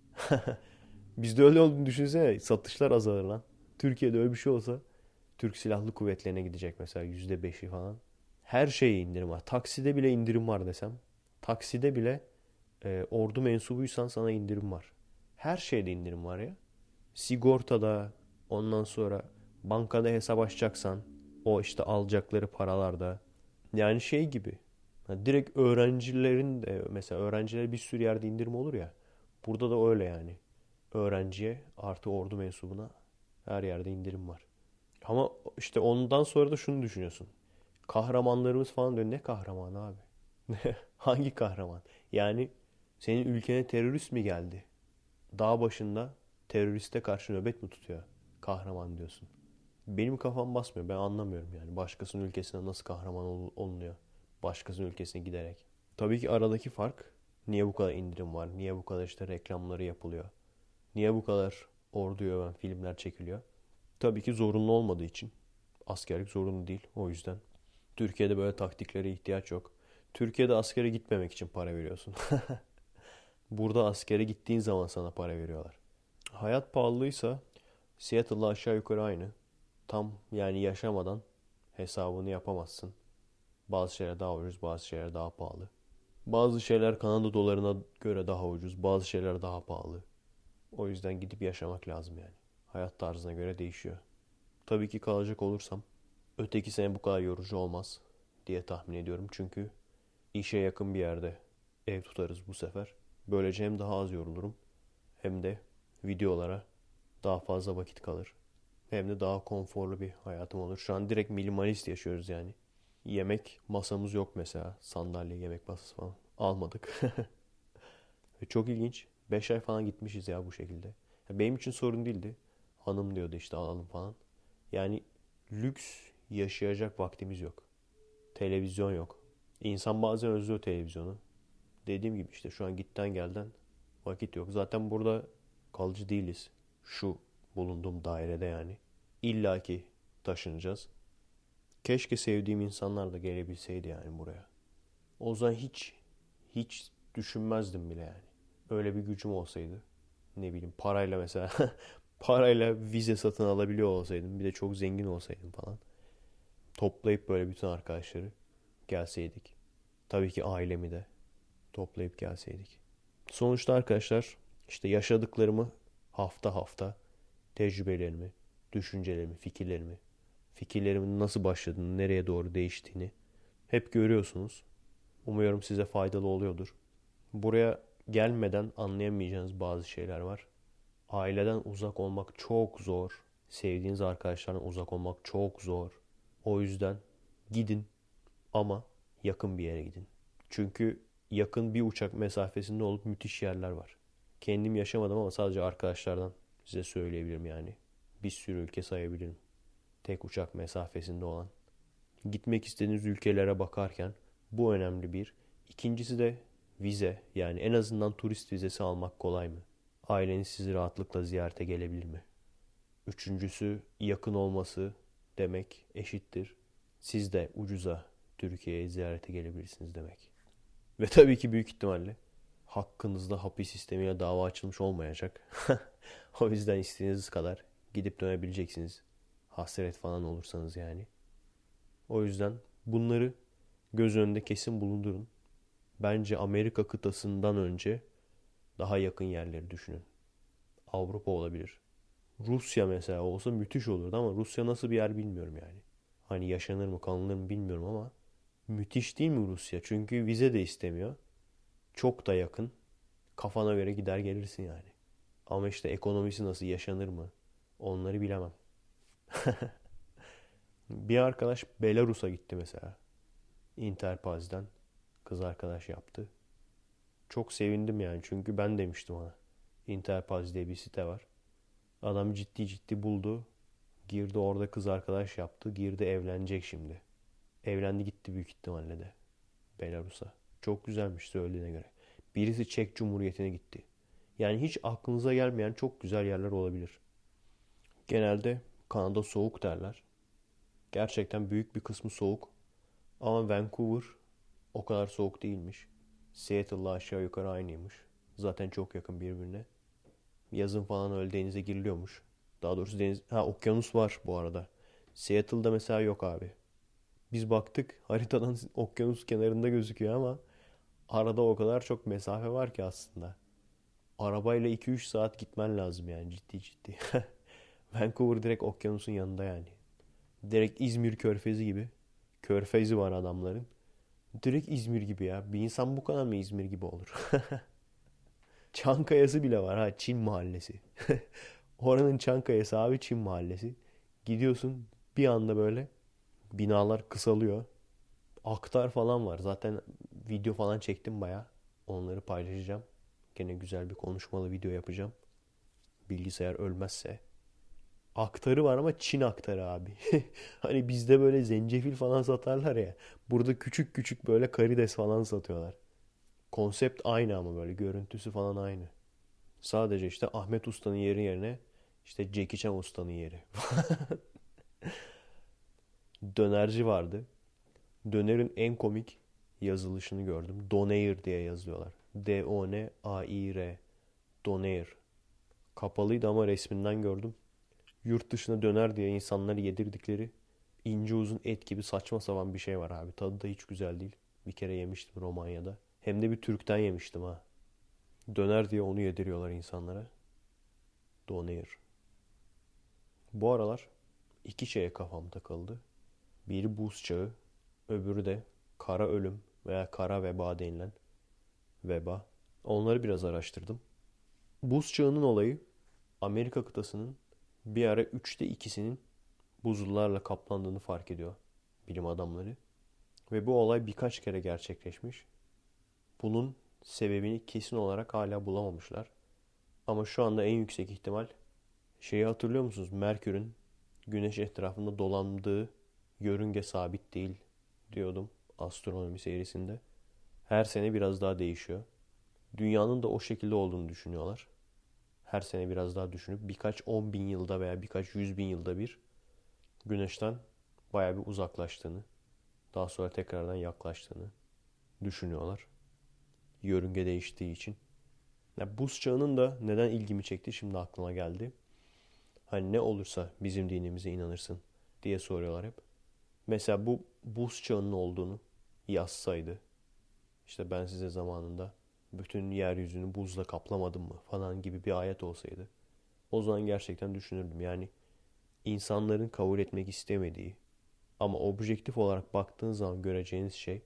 Bizde öyle olduğunu düşünsene. Satışlar azalır lan. Türkiye'de öyle bir şey olsa Türk Silahlı Kuvvetleri'ne gidecek mesela yüzde beşi falan. Her şeye indirim var. Takside bile indirim var desem. Takside bile e, ordu mensubuysan sana indirim var. Her şeyde indirim var ya. Sigortada, ondan sonra bankada hesap açacaksan o işte alacakları paralarda. Yani şey gibi. Ha, direkt öğrencilerin de mesela öğrencilere bir sürü yerde indirim olur ya. Burada da öyle yani. Öğrenciye artı ordu mensubuna her yerde indirim var. Ama işte ondan sonra da şunu düşünüyorsun. Kahramanlarımız falan diyor. Ne kahraman abi? Hangi kahraman? Yani senin ülkene terörist mi geldi? Dağ başında teröriste karşı nöbet mi tutuyor? Kahraman diyorsun. Benim kafam basmıyor. Ben anlamıyorum yani. Başkasının ülkesine nasıl kahraman olunuyor? Başkasının ülkesine giderek. Tabii ki aradaki fark niye bu kadar indirim var? Niye bu kadar işte reklamları yapılıyor? Niye bu kadar orduya öven filmler çekiliyor? Tabii ki zorunlu olmadığı için. Askerlik zorunlu değil. O yüzden. Türkiye'de böyle taktiklere ihtiyaç yok. Türkiye'de askere gitmemek için para veriyorsun. Burada askere gittiğin zaman sana para veriyorlar. Hayat pahalıysa Seattle'la aşağı yukarı aynı. Tam yani yaşamadan hesabını yapamazsın. Bazı şeyler daha ucuz, bazı şeyler daha pahalı. Bazı şeyler Kanada dolarına göre daha ucuz, bazı şeyler daha pahalı. O yüzden gidip yaşamak lazım yani. Hayat tarzına göre değişiyor. Tabii ki kalacak olursam öteki sene bu kadar yorucu olmaz diye tahmin ediyorum. Çünkü işe yakın bir yerde ev tutarız bu sefer. Böylece hem daha az yorulurum hem de videolara daha fazla vakit kalır. Hem de daha konforlu bir hayatım olur. Şu an direkt minimalist yaşıyoruz yani. Yemek masamız yok mesela. Sandalye, yemek masası falan almadık. Ve çok ilginç. beş ay falan gitmişiz ya bu şekilde. Benim için sorun değildi. Hanım diyordu işte alalım falan. Yani lüks yaşayacak vaktimiz yok. Televizyon yok. İnsan bazen özlüyor televizyonu. Dediğim gibi işte şu an gitten gelden vakit yok. Zaten burada kalıcı değiliz. Şu bulunduğum dairede yani. İlla ki taşınacağız. Keşke sevdiğim insanlar da gelebilseydi yani buraya. O zaman hiç hiç düşünmezdim bile yani. Öyle bir gücüm olsaydı. Ne bileyim parayla mesela parayla vize satın alabiliyor olsaydım. Bir de çok zengin olsaydım falan. Toplayıp böyle bütün arkadaşları gelseydik. Tabii ki ailemi de toplayıp gelseydik. Sonuçta arkadaşlar işte yaşadıklarımı hafta hafta tecrübelerimi, düşüncelerimi, fikirlerimi, fikirlerimin nasıl başladığını, nereye doğru değiştiğini hep görüyorsunuz. Umuyorum size faydalı oluyordur. Buraya gelmeden anlayamayacağınız bazı şeyler var. Aileden uzak olmak çok zor. Sevdiğiniz arkadaşlardan uzak olmak çok zor. O yüzden gidin ama yakın bir yere gidin. Çünkü yakın bir uçak mesafesinde olup müthiş yerler var. Kendim yaşamadım ama sadece arkadaşlardan size söyleyebilirim yani. Bir sürü ülke sayabilirim. Tek uçak mesafesinde olan. Gitmek istediğiniz ülkelere bakarken bu önemli bir. İkincisi de vize. Yani en azından turist vizesi almak kolay mı? Aileniz sizi rahatlıkla ziyarete gelebilir mi? Üçüncüsü yakın olması demek eşittir. Siz de ucuza Türkiye'ye ziyarete gelebilirsiniz demek. Ve tabii ki büyük ihtimalle hakkınızda hapis sistemiyle dava açılmış olmayacak. O yüzden istediğiniz kadar gidip dönebileceksiniz. Hasret falan olursanız yani. O yüzden bunları göz önünde kesin bulundurun. Bence Amerika kıtasından önce daha yakın yerleri düşünün. Avrupa olabilir. Rusya mesela olsa müthiş olurdu ama Rusya nasıl bir yer bilmiyorum yani. Hani yaşanır mı kalınır mı bilmiyorum ama müthiş değil mi Rusya? Çünkü vize de istemiyor. Çok da yakın. Kafana göre gider gelirsin yani. Ama işte ekonomisi nasıl, yaşanır mı? Onları bilemem. Bir arkadaş Belarus'a gitti mesela. Interpaz'den kız arkadaş yaptı. Çok sevindim yani çünkü ben demiştim ona. Interpaz diye bir site var. Adam ciddi ciddi buldu. Girdi orada kız arkadaş yaptı. Girdi evlenecek şimdi. Evlendi gitti büyük ihtimalle de. Belarus'a. Çok güzelmiş söylediğine göre. Birisi Çek Cumhuriyeti'ne gitti. Yani hiç aklınıza gelmeyen çok güzel yerler olabilir. Genelde Kanada soğuk derler. Gerçekten büyük bir kısmı soğuk. Ama Vancouver o kadar soğuk değilmiş. Seattle'la aşağı yukarı aynıymış. Zaten çok yakın birbirine. Yazın falan öyle denize giriliyormuş. Daha doğrusu deniz... Ha, okyanus var bu arada. Seattle'da mesela yok abi. Biz baktık haritadan okyanus kenarında gözüküyor ama arada o kadar çok mesafe var ki aslında. Arabayla iki üç saat gitmen lazım yani ciddi ciddi. Vancouver direkt okyanusun yanında yani. Direkt İzmir Körfezi gibi. Körfezi var adamların. Direkt İzmir gibi ya. Bir insan bu kadar mı İzmir gibi olur? Çankaya'sı bile var ha. Çin mahallesi. Oranın Çankaya'sı abi Çin mahallesi. Gidiyorsun bir anda böyle binalar kısalıyor. Aktar falan var. Zaten video falan çektim baya. Onları paylaşacağım. Gene güzel bir konuşmalı video yapacağım. Bilgisayar ölmezse. Aktarı var ama Çin aktarı abi. Hani bizde böyle zencefil falan satarlar ya. Burada küçük küçük böyle karides falan satıyorlar. Konsept aynı ama böyle görüntüsü falan aynı. Sadece işte Ahmet Usta'nın yeri yerine işte Jackie Chan Usta'nın yeri. Dönerci vardı. Dönerin en komik yazılışını gördüm. Donair diye yazıyorlar. D O N A I R. Donair. Kapalıydı ama resminden gördüm. Yurt dışına döner diye insanları yedirdikleri ince uzun et gibi saçma sapan bir şey var abi. Tadı da hiç güzel değil. Bir kere yemiştim Romanya'da. Hem de bir Türk'ten yemiştim ha. Döner diye onu yediriyorlar insanlara. Donair. Bu aralar iki şeye kafam takıldı. Biri buz çağı, öbürü de kara ölüm veya kara veba denilen veba. Onları biraz araştırdım. Buz çağının olayı Amerika kıtasının bir ara üçte ikisinin buzullarla kaplandığını fark ediyor bilim adamları. Ve bu olay birkaç kere gerçekleşmiş. Bunun sebebini kesin olarak hala bulamamışlar. Ama şu anda en yüksek ihtimal şeyi hatırlıyor musunuz? Merkür'ün Güneş etrafında dolandığı yörünge sabit değil diyordum astronomi serisinde. Her sene biraz daha değişiyor. Dünyanın da o şekilde olduğunu düşünüyorlar. Her sene biraz daha düşünüp birkaç on bin yılda veya birkaç yüz bin yılda bir Güneş'ten bayağı bir uzaklaştığını, daha sonra tekrardan yaklaştığını düşünüyorlar. Yörünge değiştiği için. Ya buz çağının da neden ilgimi çekti şimdi aklıma geldi. Hani ne olursa bizim dinimize inanırsın diye soruyorlar hep. Mesela bu buz çağının olduğunu yazsaydı, işte ben size zamanında bütün yeryüzünü buzla kaplamadım mı falan gibi bir ayet olsaydı, o zaman gerçekten düşünürdüm. Yani insanların kabul etmek istemediği ama objektif olarak baktığın zaman göreceğiniz şey,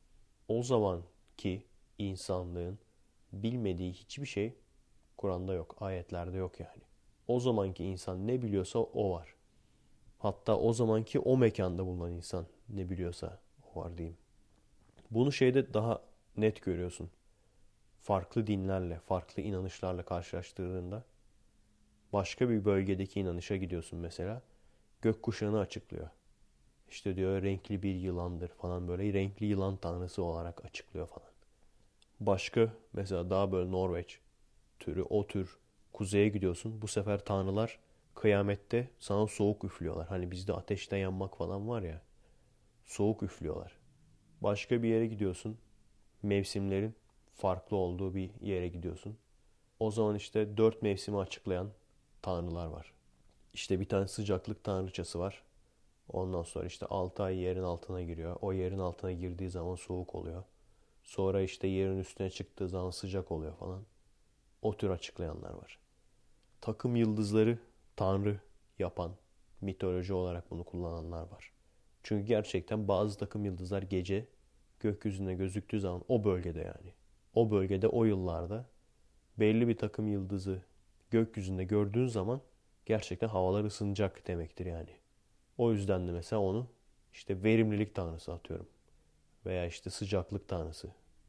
o zamanki insanlığın bilmediği hiçbir şey Kur'an'da yok, ayetlerde yok yani. O zamanki insan ne biliyorsa o var. Hatta o zamanki o mekanda bulunan insan ne biliyorsa o var diyeyim. Bunu şeyde daha net görüyorsun. Farklı dinlerle, farklı inanışlarla karşılaştırdığında başka bir bölgedeki inanışa gidiyorsun mesela. Gökkuşağını açıklıyor. İşte diyor renkli bir yılandır falan, böyle renkli yılan tanrısı olarak açıklıyor falan. Başka mesela daha böyle Norveç türü, o tür kuzeye gidiyorsun. Bu sefer tanrılar kıyamette sana soğuk üflüyorlar. Hani bizde ateşte yanmak falan var ya. Soğuk üflüyorlar. Başka bir yere gidiyorsun. Mevsimlerin farklı olduğu bir yere gidiyorsun. O zaman işte dört mevsimi açıklayan tanrılar var. İşte bir tane sıcaklık tanrıçası var. Ondan sonra işte altı ay yerin altına giriyor. O yerin altına girdiği zaman soğuk oluyor. Sonra işte yerin üstüne çıktığı zaman sıcak oluyor falan. O tür açıklayanlar var. Takım yıldızları tanrı yapan, mitoloji olarak bunu kullananlar var. Çünkü gerçekten bazı takım yıldızlar gece gökyüzüne gözüktüğü zaman o bölgede yani. O bölgede o yıllarda belli bir takım yıldızı gökyüzünde gördüğün zaman gerçekten havalar ısınacak demektir yani. O yüzden de mesela onu işte verimlilik tanrısı atıyorum. Veya işte sıcaklık tanrısı.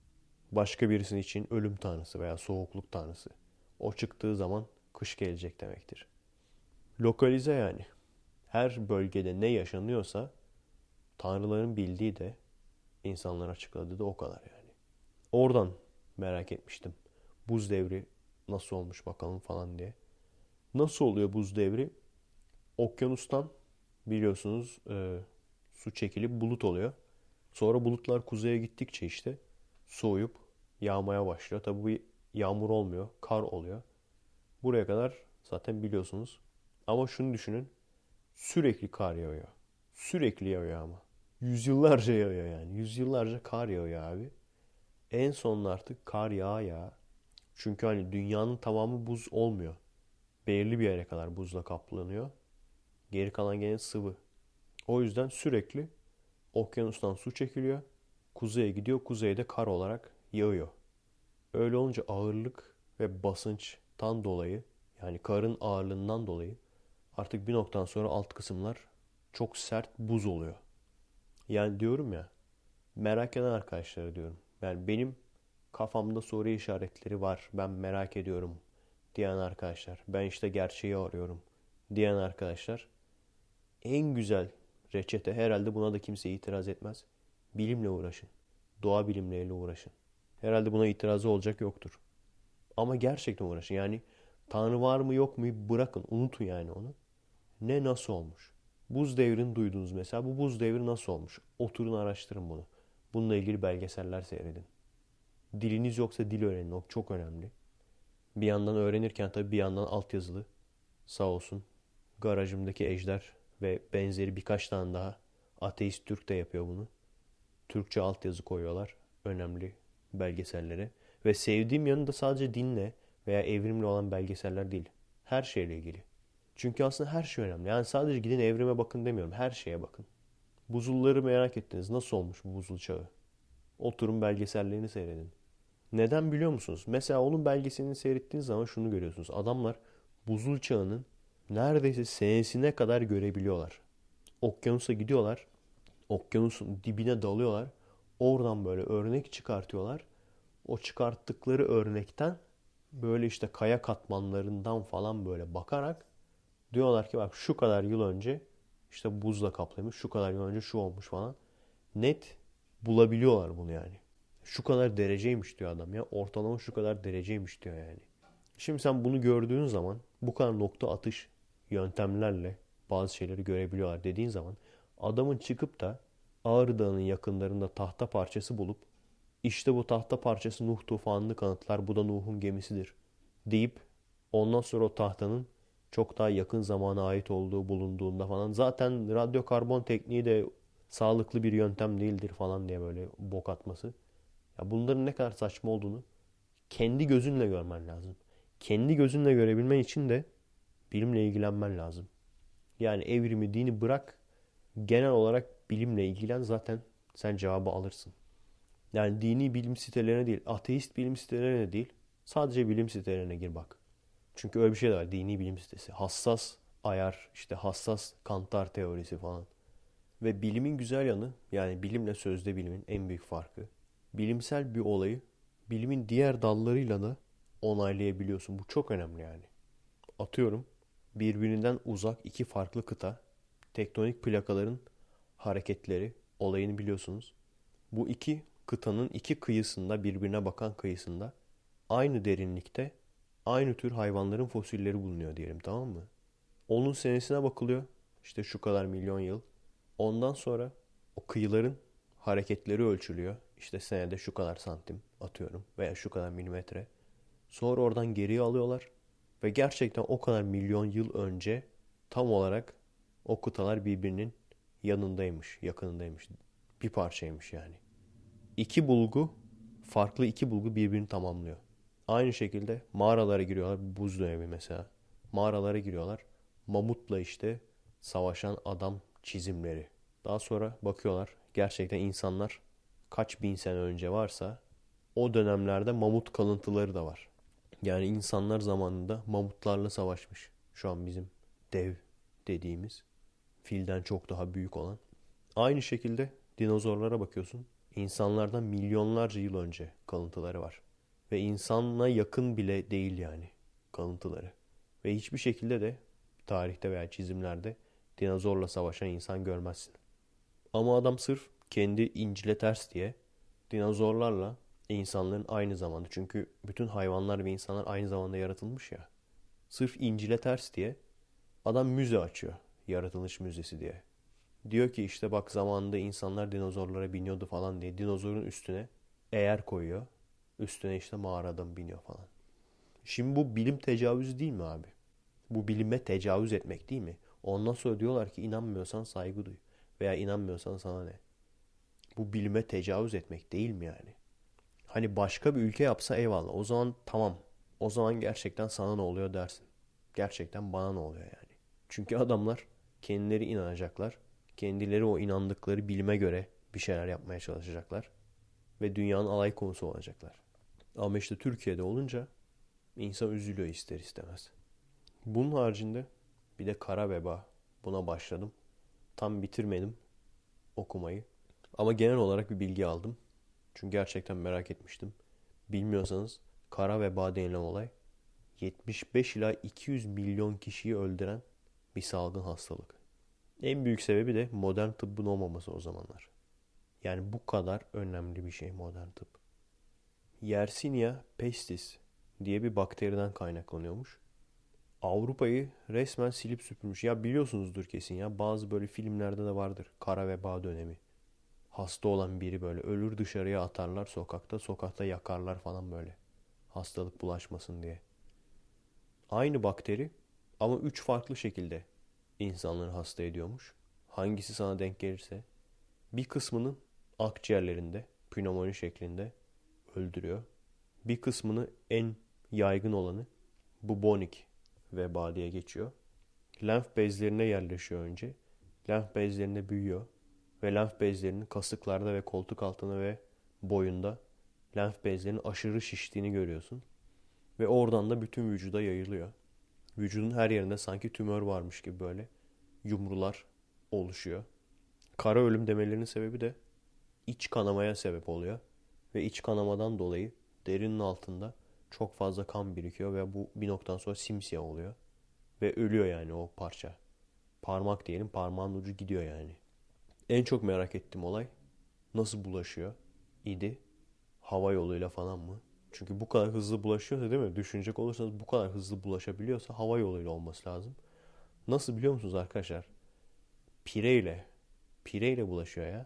Başka birisinin için ölüm tanrısı veya soğukluk tanrısı. O çıktığı zaman kış gelecek demektir. Lokalize yani. Her bölgede ne yaşanıyorsa tanrıların bildiği de insanlar açıkladığı da o kadar yani. Oradan merak etmiştim. Buz devri nasıl olmuş bakalım falan diye. Nasıl oluyor buz devri? Okyanustan biliyorsunuz e, su çekilip bulut oluyor. Sonra bulutlar kuzeye gittikçe işte soğuyup yağmaya başlıyor. Tabi bu yağmur olmuyor, kar oluyor. Buraya kadar zaten biliyorsunuz. Ama şunu düşünün. Sürekli kar yağıyor. Sürekli yağıyor ama. Yüzyıllarca yağıyor yani. Yüzyıllarca kar yağıyor abi. En sonunda artık kar yağ ya. Çünkü hani dünyanın tamamı buz olmuyor. Belirli bir yere kadar buzla kaplanıyor. Geri kalan gene sıvı. O yüzden sürekli okyanustan su çekiliyor. Kuzeye gidiyor. Kuzeyde kar olarak yağıyor. Öyle olunca ağırlık ve basınçtan dolayı yani karın ağırlığından dolayı artık bir noktadan sonra alt kısımlar çok sert buz oluyor. Yani diyorum ya merak eden arkadaşlara diyorum. Yani benim kafamda soru işaretleri var. Ben merak ediyorum diyen arkadaşlar. Ben işte gerçeği arıyorum diyen arkadaşlar. En güzel reçete herhalde buna da kimse itiraz etmez. Bilimle uğraşın. Doğa bilimleriyle uğraşın. Herhalde buna itirazı olacak yoktur. Ama gerçekten uğraşın. Yani Tanrı var mı yok mu bırakın. Unutun yani onu. Ne nasıl olmuş? Buz devrini duydunuz mesela. Bu buz devri nasıl olmuş? Oturun araştırın bunu. Bununla ilgili belgeseller seyredin. Diliniz yoksa dil öğrenin. O çok önemli. Bir yandan öğrenirken tabii bir yandan altyazılı. Sağ olsun. Garajımdaki Ejder ve benzeri birkaç tane daha ateist Türk de yapıyor bunu. Türkçe altyazı koyuyorlar. Önemli belgesellere. Ve sevdiğim yanı da sadece dinle veya evrimle olan belgeseller değil. Her şeyle ilgili. Çünkü aslında her şey önemli. Yani sadece gidin evrime bakın demiyorum. Her şeye bakın. Buzulları merak ettiniz. Nasıl olmuş bu buzul çağı? Oturun belgesellerini seyredin. Neden biliyor musunuz? Mesela onun belgeselini seyrettiğiniz zaman şunu görüyorsunuz. Adamlar buzul çağının neredeyse senesine kadar görebiliyorlar. Okyanusa gidiyorlar. Okyanusun dibine dalıyorlar. Oradan böyle örnek çıkartıyorlar. O çıkarttıkları örnekten böyle işte kaya katmanlarından falan böyle bakarak diyorlar ki bak şu kadar yıl önce işte buzla kaplamış, şu kadar yıl önce şu olmuş falan. Net bulabiliyorlar bunu yani. Şu kadar dereceymiş diyor adam ya. Ortalama şu kadar dereceymiş diyor yani. Şimdi sen bunu gördüğün zaman bu kadar nokta atış yöntemlerle bazı şeyleri görebiliyorlar dediğin zaman adamın çıkıp da Ağrı Dağı'nın yakınlarında tahta parçası bulup işte bu tahta parçası Nuh tufanını kanıtlar, bu da Nuh'un gemisidir deyip ondan sonra o tahtanın çok daha yakın zamana ait olduğu bulunduğunda falan zaten radyokarbon tekniği de sağlıklı bir yöntem değildir falan diye böyle bok atması. Ya bunların ne kadar saçma olduğunu kendi gözünle görmen lazım. Kendi gözünle görebilmen için de bilimle ilgilenmen lazım. Yani evrimi, dini bırak, genel olarak bilimle ilgilen zaten sen cevabı alırsın. Yani dini bilim sitelerine değil, ateist bilim sitelerine değil, sadece bilim sitelerine gir bak. Çünkü öyle bir şey de var, dini bilim sitesi. Hassas ayar, işte hassas kantar teorisi falan. Ve bilimin güzel yanı, yani bilimle sözde bilimin en büyük farkı. Bilimsel bir olayı bilimin diğer dallarıyla da onaylayabiliyorsun. Bu çok önemli yani. Atıyorum, birbirinden uzak iki farklı kıta, tektonik plakaların hareketleri, olayını biliyorsunuz. Bu iki kıtanın iki kıyısında, birbirine bakan kıyısında aynı derinlikte aynı tür hayvanların fosilleri bulunuyor diyelim, tamam mı? Onun senesine bakılıyor. İşte şu kadar milyon yıl. Ondan sonra o kıyıların Hareketleri ölçülüyor. İşte senede şu kadar santim atıyorum veya şu kadar milimetre. Sonra oradan geriye alıyorlar. Ve gerçekten o kadar milyon yıl önce tam olarak o kıtalar birbirinin yanındaymış, yakınındaymış. Bir parçaymış yani. İki bulgu, farklı iki bulgu birbirini tamamlıyor. Aynı şekilde mağaralara giriyorlar. Buz dönemi mesela. Mağaralara giriyorlar. Mamutla işte savaşan adam çizimleri. Daha sonra bakıyorlar. Gerçekten insanlar kaç bin sene önce varsa o dönemlerde mamut kalıntıları da var. Yani insanlar zamanında mamutlarla savaşmış. Şu an bizim dev dediğimiz filden çok daha büyük olan. Aynı şekilde dinozorlara bakıyorsun. İnsanlardan milyonlarca yıl önce kalıntıları var. Ve insanla yakın bile değil yani kalıntıları. Ve hiçbir şekilde de tarihte veya çizimlerde dinozorla savaşan insan görmezsin. Ama adam sırf kendi İncil'e ters diye dinozorlarla insanların aynı zamanda. Çünkü bütün hayvanlar ve insanlar aynı zamanda yaratılmış ya. Sırf İncil'e ters diye adam müze açıyor. Yaratılış müzesi diye. Diyor ki işte bak zamanında insanlar dinozorlara biniyordu falan diye. Dinozorun üstüne eğer koyuyor. Üstüne işte mağara adam biniyor falan. Şimdi bu bilim tecavüzü değil mi abi? Bu bilime tecavüz etmek değil mi? Ondan sonra diyorlar ki inanmıyorsan saygı duy. Veya inanmıyorsan sana ne? Bu bilime tecavüz etmek değil mi yani? Hani başka bir ülke yapsa eyvallah. O zaman tamam. O zaman gerçekten sana ne oluyor dersin. Gerçekten bana ne oluyor yani. Çünkü adamlar kendileri inanacaklar. Kendileri o inandıkları bilime göre bir şeyler yapmaya çalışacaklar. Ve dünyanın alay konusu olacaklar. Ama işte Türkiye'de olunca insan üzülüyor ister istemez. Bunun haricinde bir de kara veba. Buna başladım. Tam bitirmedim okumayı. Ama genel olarak bir bilgi aldım. Çünkü gerçekten merak etmiştim. Bilmiyorsanız kara veba denilen olay yetmiş beş ila iki yüz milyon kişiyi öldüren bir salgın hastalık. En büyük sebebi de modern tıbbın olmaması o zamanlar. Yani bu kadar önemli bir şey modern tıp. Yersinia pestis diye bir bakteriden kaynaklanıyormuş. Avrupa'yı resmen silip süpürmüş. Ya biliyorsunuzdur kesin ya. Bazı böyle filmlerde de vardır. Kara veba dönemi. Hasta olan biri böyle ölür dışarıya atarlar sokakta. Sokakta yakarlar falan böyle. Hastalık bulaşmasın diye. Aynı bakteri ama üç farklı şekilde insanları hasta ediyormuş. Hangisi sana denk gelirse. Bir kısmının akciğerlerinde pnömoni şeklinde öldürüyor. Bir kısmını en yaygın olanı bubonic veba diye geçiyor. Lenf bezlerine yerleşiyor önce. Lenf bezlerinde büyüyor. Ve lenf bezlerinin kasıklarda ve koltuk altında ve boyunda lenf bezlerinin aşırı şiştiğini görüyorsun. Ve oradan da bütün vücuda yayılıyor. Vücudun her yerinde sanki tümör varmış gibi böyle yumrular oluşuyor. Kara ölüm demelerinin sebebi de iç kanamaya sebep oluyor. Ve iç kanamadan dolayı derinin altında çok fazla kan birikiyor ve bu bir noktadan sonra simsiyah oluyor. Ve ölüyor yani o parça. Parmak diyelim, parmağın ucu gidiyor yani. En çok merak ettiğim olay nasıl bulaşıyor idi? Hava yoluyla falan mı? Çünkü bu kadar hızlı bulaşıyorsa değil mi? Düşünecek olursanız bu kadar hızlı bulaşabiliyorsa hava yoluyla olması lazım. Nasıl biliyor musunuz arkadaşlar? Pireyle. Pireyle bulaşıyor ya.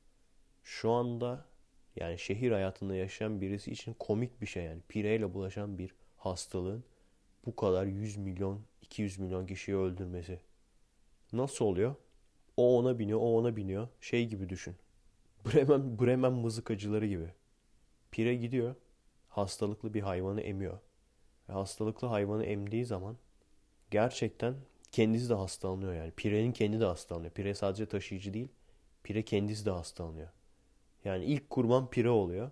Şu anda yani şehir hayatında yaşayan birisi için komik bir şey yani. Pireyle bulaşan bir hastalığın bu kadar yüz milyon, iki yüz milyon kişiyi öldürmesi. Nasıl oluyor? O ona biniyor, o ona biniyor. Şey gibi düşün. Bremen, Bremen mızıkacıları gibi. Pire gidiyor, hastalıklı bir hayvanı emiyor. Ve hastalıklı hayvanı emdiği zaman gerçekten kendisi de hastalanıyor yani. Pirenin kendi de hastalanıyor. Pire sadece taşıyıcı değil, pire kendisi de hastalanıyor. Yani ilk kurban pire oluyor.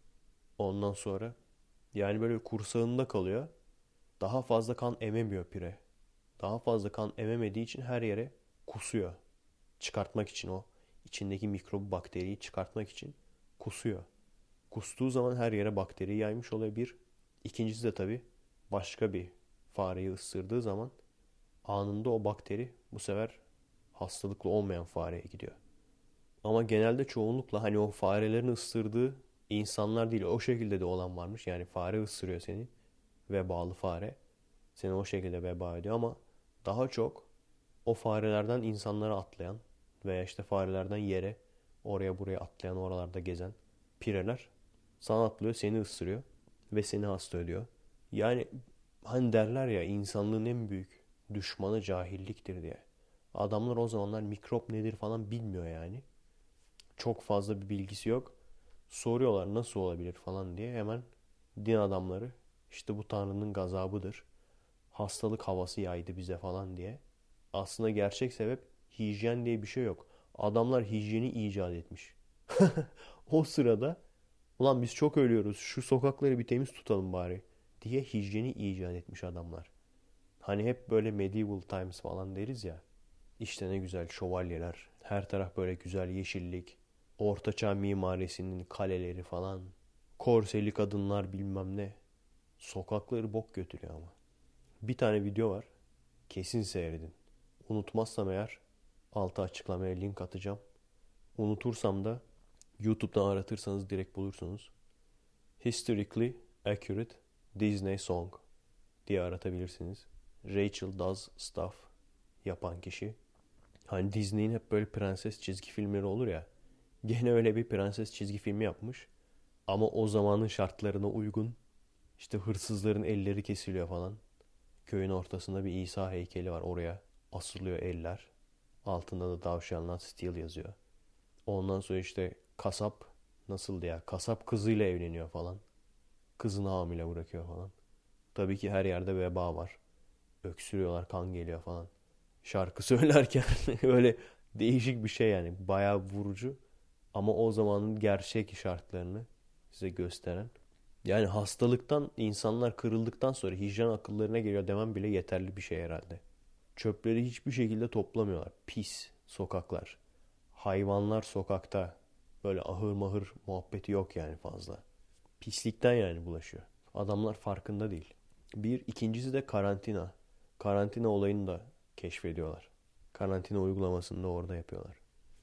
Ondan sonra yani böyle kursağında kalıyor. Daha fazla kan ememiyor pire. Daha fazla kan ememediği için her yere kusuyor. Çıkartmak için o içindeki mikrobu bakteriyi çıkartmak için kusuyor. Kustuğu zaman her yere bakteriyi yaymış oluyor bir. İkincisi de tabii başka bir fareyi ısırdığı zaman anında o bakteri bu sefer hastalıklı olmayan fareye gidiyor. Ama genelde çoğunlukla hani o farelerin ısırdığı insanlar değil o şekilde de olan varmış. Yani fare ısırıyor seni. Vebalı fare. Seni o şekilde veba ediyor ama daha çok o farelerden insanlara atlayan veya işte farelerden yere oraya buraya atlayan, oralarda gezen pireler sana atlıyor, seni ısırıyor ve seni hasta ediyor. Yani hani derler ya, insanlığın en büyük düşmanı cahilliktir diye. Adamlar o zamanlar mikrop nedir falan bilmiyor yani. Çok fazla bir bilgisi yok. Soruyorlar nasıl olabilir falan diye, hemen din adamları işte bu Tanrı'nın gazabıdır, hastalık havası yaydı bize falan diye. Aslında gerçek sebep hijyen diye bir şey yok. Adamlar hijyeni icat etmiş. O sırada ulan biz çok ölüyoruz, şu sokakları bir temiz tutalım bari diye hijyeni icat etmiş adamlar. Hani hep böyle medieval times falan deriz ya. İşte ne güzel şövalyeler, her taraf böyle güzel yeşillik, ortaçağ mimarisinin kaleleri falan, korseli kadınlar bilmem ne. Sokakları bok götürüyor ama. Bir tane video var, kesin seyredin. Unutmazsam eğer alta açıklamaya link atacağım. Unutursam da YouTube'dan aratırsanız direkt bulursunuz. Historically Accurate Disney Song diye aratabilirsiniz. Rachel Does Stuff yapan kişi. Hani Disney'in hep böyle prenses çizgi filmleri olur ya. Gene öyle bir prenses çizgi filmi yapmış. Ama o zamanın şartlarına uygun. İşte hırsızların elleri kesiliyor falan. Köyün ortasında bir İsa heykeli var, oraya asılıyor eller. Altında da Thou shall not steal yazıyor. Ondan sonra işte kasap nasıldı ya? Kasap kızıyla evleniyor falan. Kızını hamile bırakıyor falan. Tabii ki her yerde veba var. Öksürüyorlar, kan geliyor falan. Şarkı söylerken öyle değişik bir şey yani. Bayağı vurucu. Ama o zamanın gerçek şartlarını size gösteren. Yani hastalıktan, insanlar kırıldıktan sonra hijyen akıllarına geliyor demem bile yeterli bir şey herhalde. Çöpleri hiçbir şekilde toplamıyorlar. Pis sokaklar. Hayvanlar sokakta. Böyle ahır mahır muhabbeti yok yani fazla. Pislikten yani bulaşıyor. Adamlar farkında değil. Bir, ikincisi de karantina. Karantina olayını da keşfediyorlar. Karantina uygulamasını da orada yapıyorlar.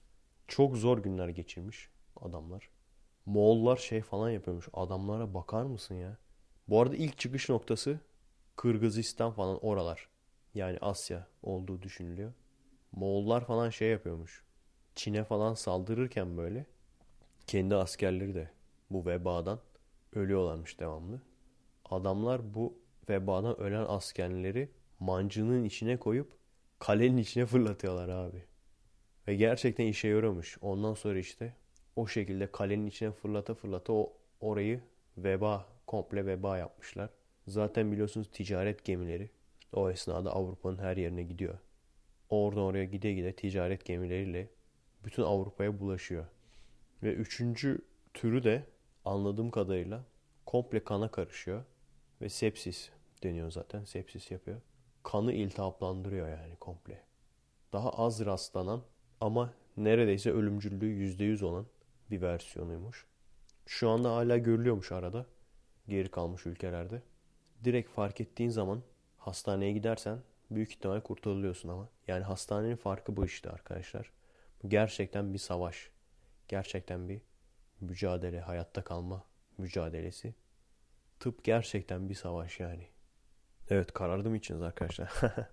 Çok zor günler geçirmiş adamlar. Moğollar şey falan yapıyormuş. Adamlara bakar mısın ya? Bu arada ilk çıkış noktası Kırgızistan falan, oralar. Yani Asya olduğu düşünülüyor. Moğollar falan şey yapıyormuş. Çin'e falan saldırırken böyle kendi askerleri de bu vebadan ölüyorlarmış devamlı. Adamlar bu vebadan ölen askerleri mancının içine koyup kalenin içine fırlatıyorlar abi. Ve gerçekten işe yarıyormuş. Ondan sonra işte o şekilde kalenin içine fırlata fırlata o orayı veba, komple veba yapmışlar. Zaten biliyorsunuz ticaret gemileri o esnada Avrupa'nın her yerine gidiyor. Oradan oraya gide gide ticaret gemileriyle bütün Avrupa'ya bulaşıyor. Ve üçüncü türü de anladığım kadarıyla komple kana karışıyor. Ve sepsis deniyor zaten. Sepsis yapıyor. Kanı iltihaplandırıyor yani komple. Daha az rastlanan ama neredeyse ölümcüllüğü yüzde yüz olan bir versiyonuymuş. Şu anda hala görülüyormuş arada. Geri kalmış ülkelerde. Direkt fark ettiğin zaman hastaneye gidersen büyük ihtimal kurtarılıyorsun ama. Yani hastanenin farkı bu işte arkadaşlar. Bu gerçekten bir savaş. Gerçekten bir mücadele, hayatta kalma mücadelesi. Tıp gerçekten bir savaş yani. Evet, karardım içiniz arkadaşlar.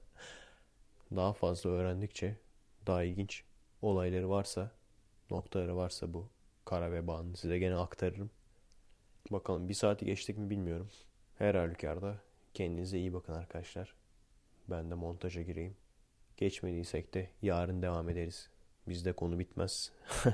Daha fazla öğrendikçe daha ilginç olayları varsa, noktaları varsa bu kara vebanın size gene aktarırım. Bakalım bir saati geçtik mi bilmiyorum. Her halükarda kendinize iyi bakın arkadaşlar. Ben de montaja gireyim. Geçmediysek de yarın devam ederiz. Bizde konu bitmez.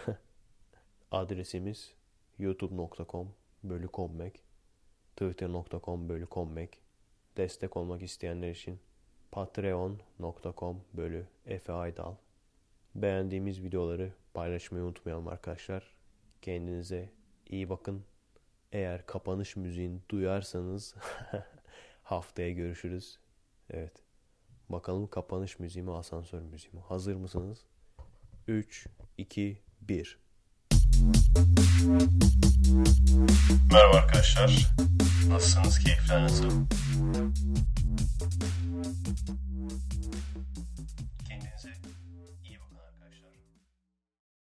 Adresimiz youtube nokta com bölü kommek, twitter nokta com bölü kommek. Destek olmak isteyenler için patreon nokta com bölü Efe Aydal. Beğendiğimiz videoları paylaşmayı unutmayalım arkadaşlar. Kendinize iyi bakın. Eğer kapanış müziğini duyarsanız haftaya görüşürüz. Evet. Bakalım kapanış müziği mi, asansör müziği mi? Hazır mısınız? üç, iki, bir. Merhaba arkadaşlar. Nasılsınız? Keyifler nasıl?